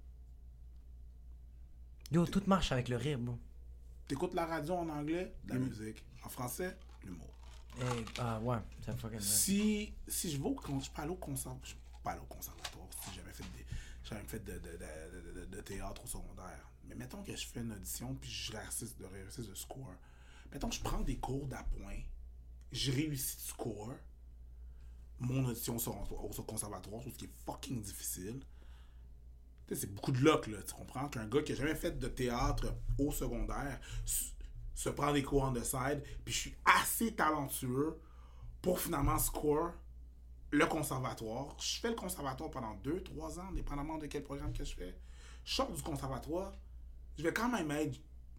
Yo, tout marche avec le rire, bro. T'écoutes la radio en anglais, de la musique. En français, l'humour. Ah ouais, c'est fucking vrai. Si je vais je peux aller au conservatoire. Je peux pas aller au conservatoire si j'ai jamais fait de théâtre au secondaire. Mais mettons que je fais une audition puis je réussis de score. Mettons que je prends des cours d'appoint, je réussis de score. Mon audition au conservatoire, ce qui est fucking difficile. Tu sais, c'est beaucoup de luck, là. Tu comprends qu'un gars qui a jamais fait de théâtre au secondaire se prend des cours on the side, puis je suis assez talentueux pour finalement score le conservatoire. Je fais le conservatoire pendant 2-3 ans, dépendamment de quel programme que je fais. Je sors du conservatoire, je vais quand même être...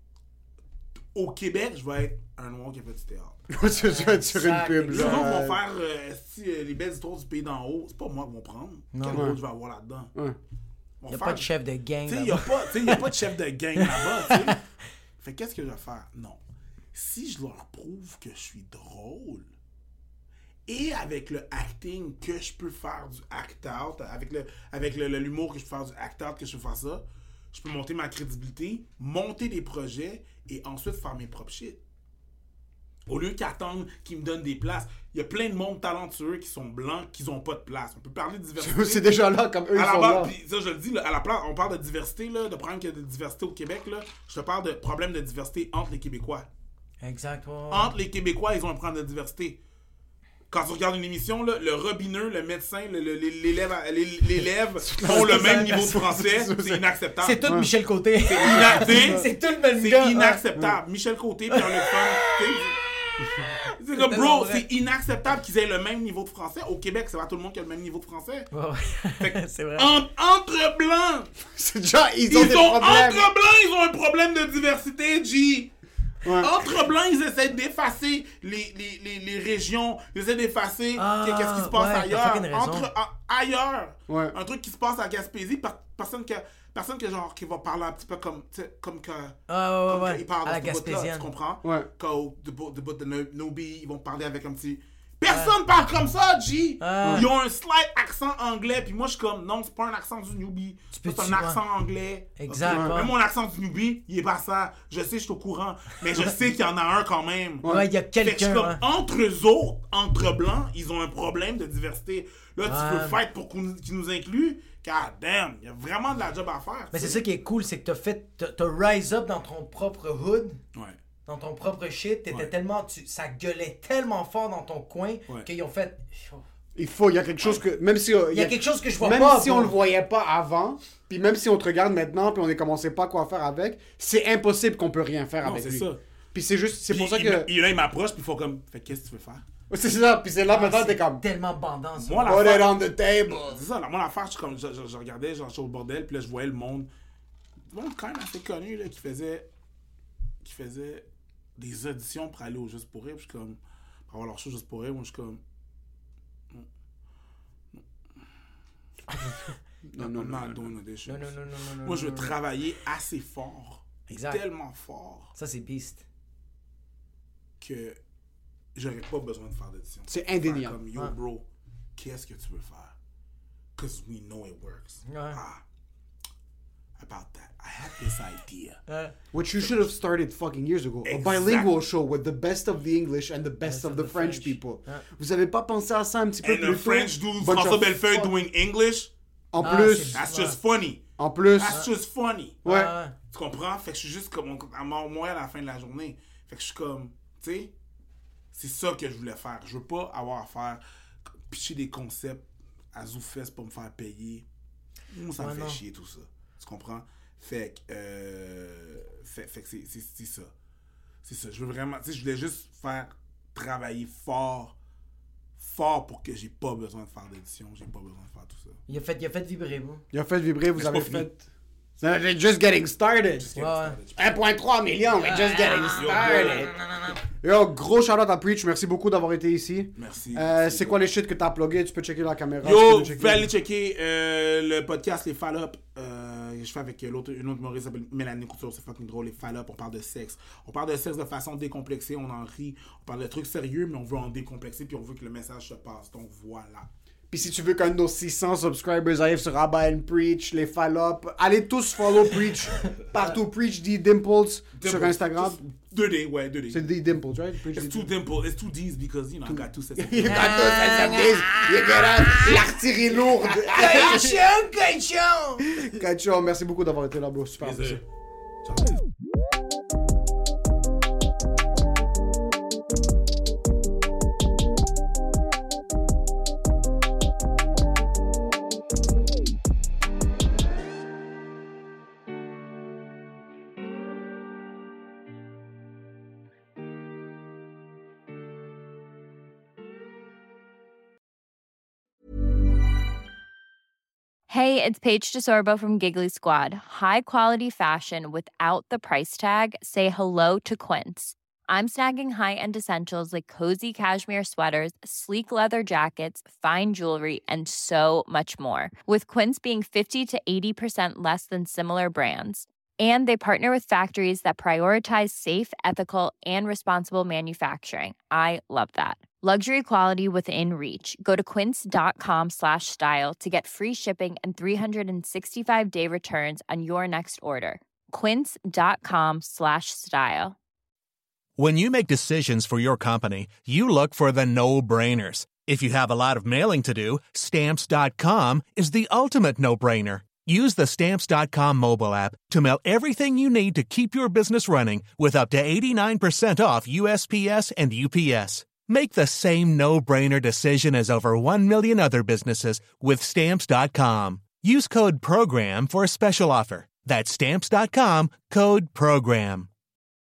Au Québec, je vais être un noir qui a fait du théâtre. Tu vas être sur une pub, Les autres genre. vont faire les belles histoires du pays d'en haut. C'est pas moi qui vont prendre. Non. Quel rôle je vais avoir là-dedans? Ouais. Ils vont Y'a faire- pas de chef de gang. Tu sais, il là-bas. n'y a pas de chef de gang là-bas, tu sais. Fait qu'est-ce que je vais faire? Non. Si je leur prouve que je suis drôle, et avec le acting que je peux faire du act-out, avec l'humour que je peux faire du act-out, que je peux faire ça, je peux monter ma crédibilité, monter des projets, et ensuite faire mes propres shit. Au lieu qu'ils attendent qu'ils me donnent des places, il y a plein de monde talentueux qui sont blancs, qui n'ont pas de place. On peut parler de diversité. C'est déjà là, comme eux, ils À la sont base, là. puis ça je le dis, là, à la place, on parle de diversité, là, de problème qu'il y a de diversité au Québec, là. Je te parle de problème de diversité entre les Québécois. Exact, ouais. Entre les Québécois, ils ont un problème de diversité. Quand tu regardes une émission, là, le robineux, le médecin, l'élève ont le même niveau de français, c'est inacceptable. C'est tout Michel Côté. C'est tout le même c'est gars. inacceptable. Michel Côté, Pierre-Luc Funk, c'est comme, tellement bro, vrai. c'est inacceptable qu'ils aient le même niveau de français. Au Québec, c'est pas tout le monde qui a le même niveau de français. Ouais, ouais. C'est vrai. Entre blancs, C'est déjà, ils ils ont des ont problèmes. entre blancs, ils ont un problème de diversité, G. Ouais. Entre blancs, ils essaient d'effacer les régions, ils essaient d'effacer qu'est-ce qui se passe ouais, t'as ailleurs. fucking raison. Ailleurs, Ouais. un truc qui se passe à Gaspésie, personne que genre qui va parler un petit peu comme tu sais, comme que Ah, comme ouais, qu'il ouais. parle À la de ce bout-là, gaspésienne. tu comprends? Ouais. Quand de bout de Nobi, ils vont parler avec un petit... Personne parle comme ça, G! Ah. Ils ont un slight accent anglais, puis moi je suis comme, non, c'est pas un accent du newbie, peux c'est un tu- accent anglais. Exact, Ok? ouais. Même mon accent du newbie, il est pas ça. Je sais, je suis au courant, mais je sais qu'il y en a un quand même. Ouais, il y a Fait que je suis quelqu'un. comme, hein. entre eux autres, entre blancs, ils ont un problème de diversité. Là, tu Ouais. veux fight pour qu'ils nous incluent? God damn, il y a vraiment de la job à faire. Mais tu c'est sais. ça qui est cool, c'est que t'as rise up dans ton propre hood, Ouais. dans ton propre shit. T'étais Ouais. tellement, ça gueulait tellement fort dans ton coin Ouais. qu'ils ont fait. Il y a quelque chose que, même si... Il y a quelque chose que je vois même pas. si bro. on le voyait pas avant, puis même si on te regarde maintenant, puis on ne commençait pas quoi faire avec, c'est impossible qu'on peut rien faire Non, avec c'est lui. ça. Puis c'est juste, c'est pour ça Puis, que... là, il m'approche, puis il faut comme, fait qu'est-ce que tu veux faire? C'est ça, puis c'est là maintenant, Ah, t'es c'est comme... tellement bandant ça. Moi, Put it l'affaire, on the table. c'est ça, là, moi, l'affaire, je regardais, genre, je suis au bordel, puis là, je voyais le monde quand même assez connu, là, qui faisait des auditions pour aller au Juste pour rire, puis je suis comme, pour avoir leur show Juste pour rire, moi, je suis comme, Non, I'm not doing auditions. Non. Moi, je veux travailler assez fort, Exact. tellement fort, Ça, c'est beast. que j'aurais pas besoin de faire d'audition. C'est Faire indéniable. Comme, yo, Ouais. bro, qu'est-ce que tu veux faire? Because we know it works. Ouais. About that. I had this idea. What you should have started fucking years ago. Exact. A bilingual show with the best of the English and the best of the French people. Ouais. Vous avez pas pensé à ça un petit peu And plus a tôt? French dude, Bunch François of Bellefeuille fuck- doing English, En Ah, plus, c'est- that's Ouais. just funny. en plus, That's just funny. ouais. Tu comprends? Fait que je suis juste comme à moi à la fin de la journée. Fait que je suis comme, tu sais, c'est ça que je voulais faire. Je veux pas avoir à faire pitcher des concepts à Zoufès pour me faire payer. Moi, ça me Ouais, fait non. chier tout ça. Tu comprends? Fait que c'est ça. C'est ça. Je veux vraiment, tu sais, je voulais juste faire travailler fort fort pour que j'ai pas besoin de faire d'édition, j'ai pas besoin de faire tout ça. Il a fait vibrer, moi. Il a fait vibrer, vous C'est avez pas fini. fait... C'est just getting started. 1,3 million, mais just getting started. Yo, gros shout-out à Preach, merci beaucoup d'avoir été ici. Merci. C'est quoi les shit que t'as plugué? Tu peux checker la caméra. Yo, tu peux vous pouvez aller checker le podcast Les Fall-Up. Je fais avec une autre humoriste qui s'appelle Mélanie Couture. C'est fucking drôle, Les Fall-Up. On parle de sexe. On parle de sexe de façon décomplexée. On en rit. On parle de trucs sérieux, mais on veut en décomplexer. Puis on veut que le message se passe. Donc voilà. Puis si tu veux qu'un de nos 600 subscribers arrive sur Abba and Preach, Les Fall-Up, allez tous follow Preach. Partout, Preach D Dimples sur Instagram. 2D, ouais, 2D. C'est D Dimples, right? Preach It's D two dimples. It's two D's because, you know, I got two sets of You got those SMDs. You get l'artillerie lourde. Cacho, merci beaucoup d'avoir été là, bro. Super apprécié. Hey, it's Paige DeSorbo from Giggly Squad. High quality fashion without the price tag. Say hello to Quince. I'm snagging high-end essentials like cozy cashmere sweaters, sleek leather jackets, fine jewelry, and so much more. With Quince being 50 to 80% less than similar brands. And they partner with factories that prioritize safe, ethical, and responsible manufacturing. I love that. Luxury quality within reach. Go to quince.com/style to get free shipping and 365-day returns on your next order. Quince.com/style. When you make decisions for your company, you look for the no-brainers. If you have a lot of mailing to do, Stamps.com is the ultimate no-brainer. Use the Stamps.com mobile app to mail everything you need to keep your business running with up to 89% off USPS and UPS. Make the same no-brainer decision as over 1 million other businesses with Stamps.com. Use code PROGRAM for a special offer. That's Stamps.com, code PROGRAM.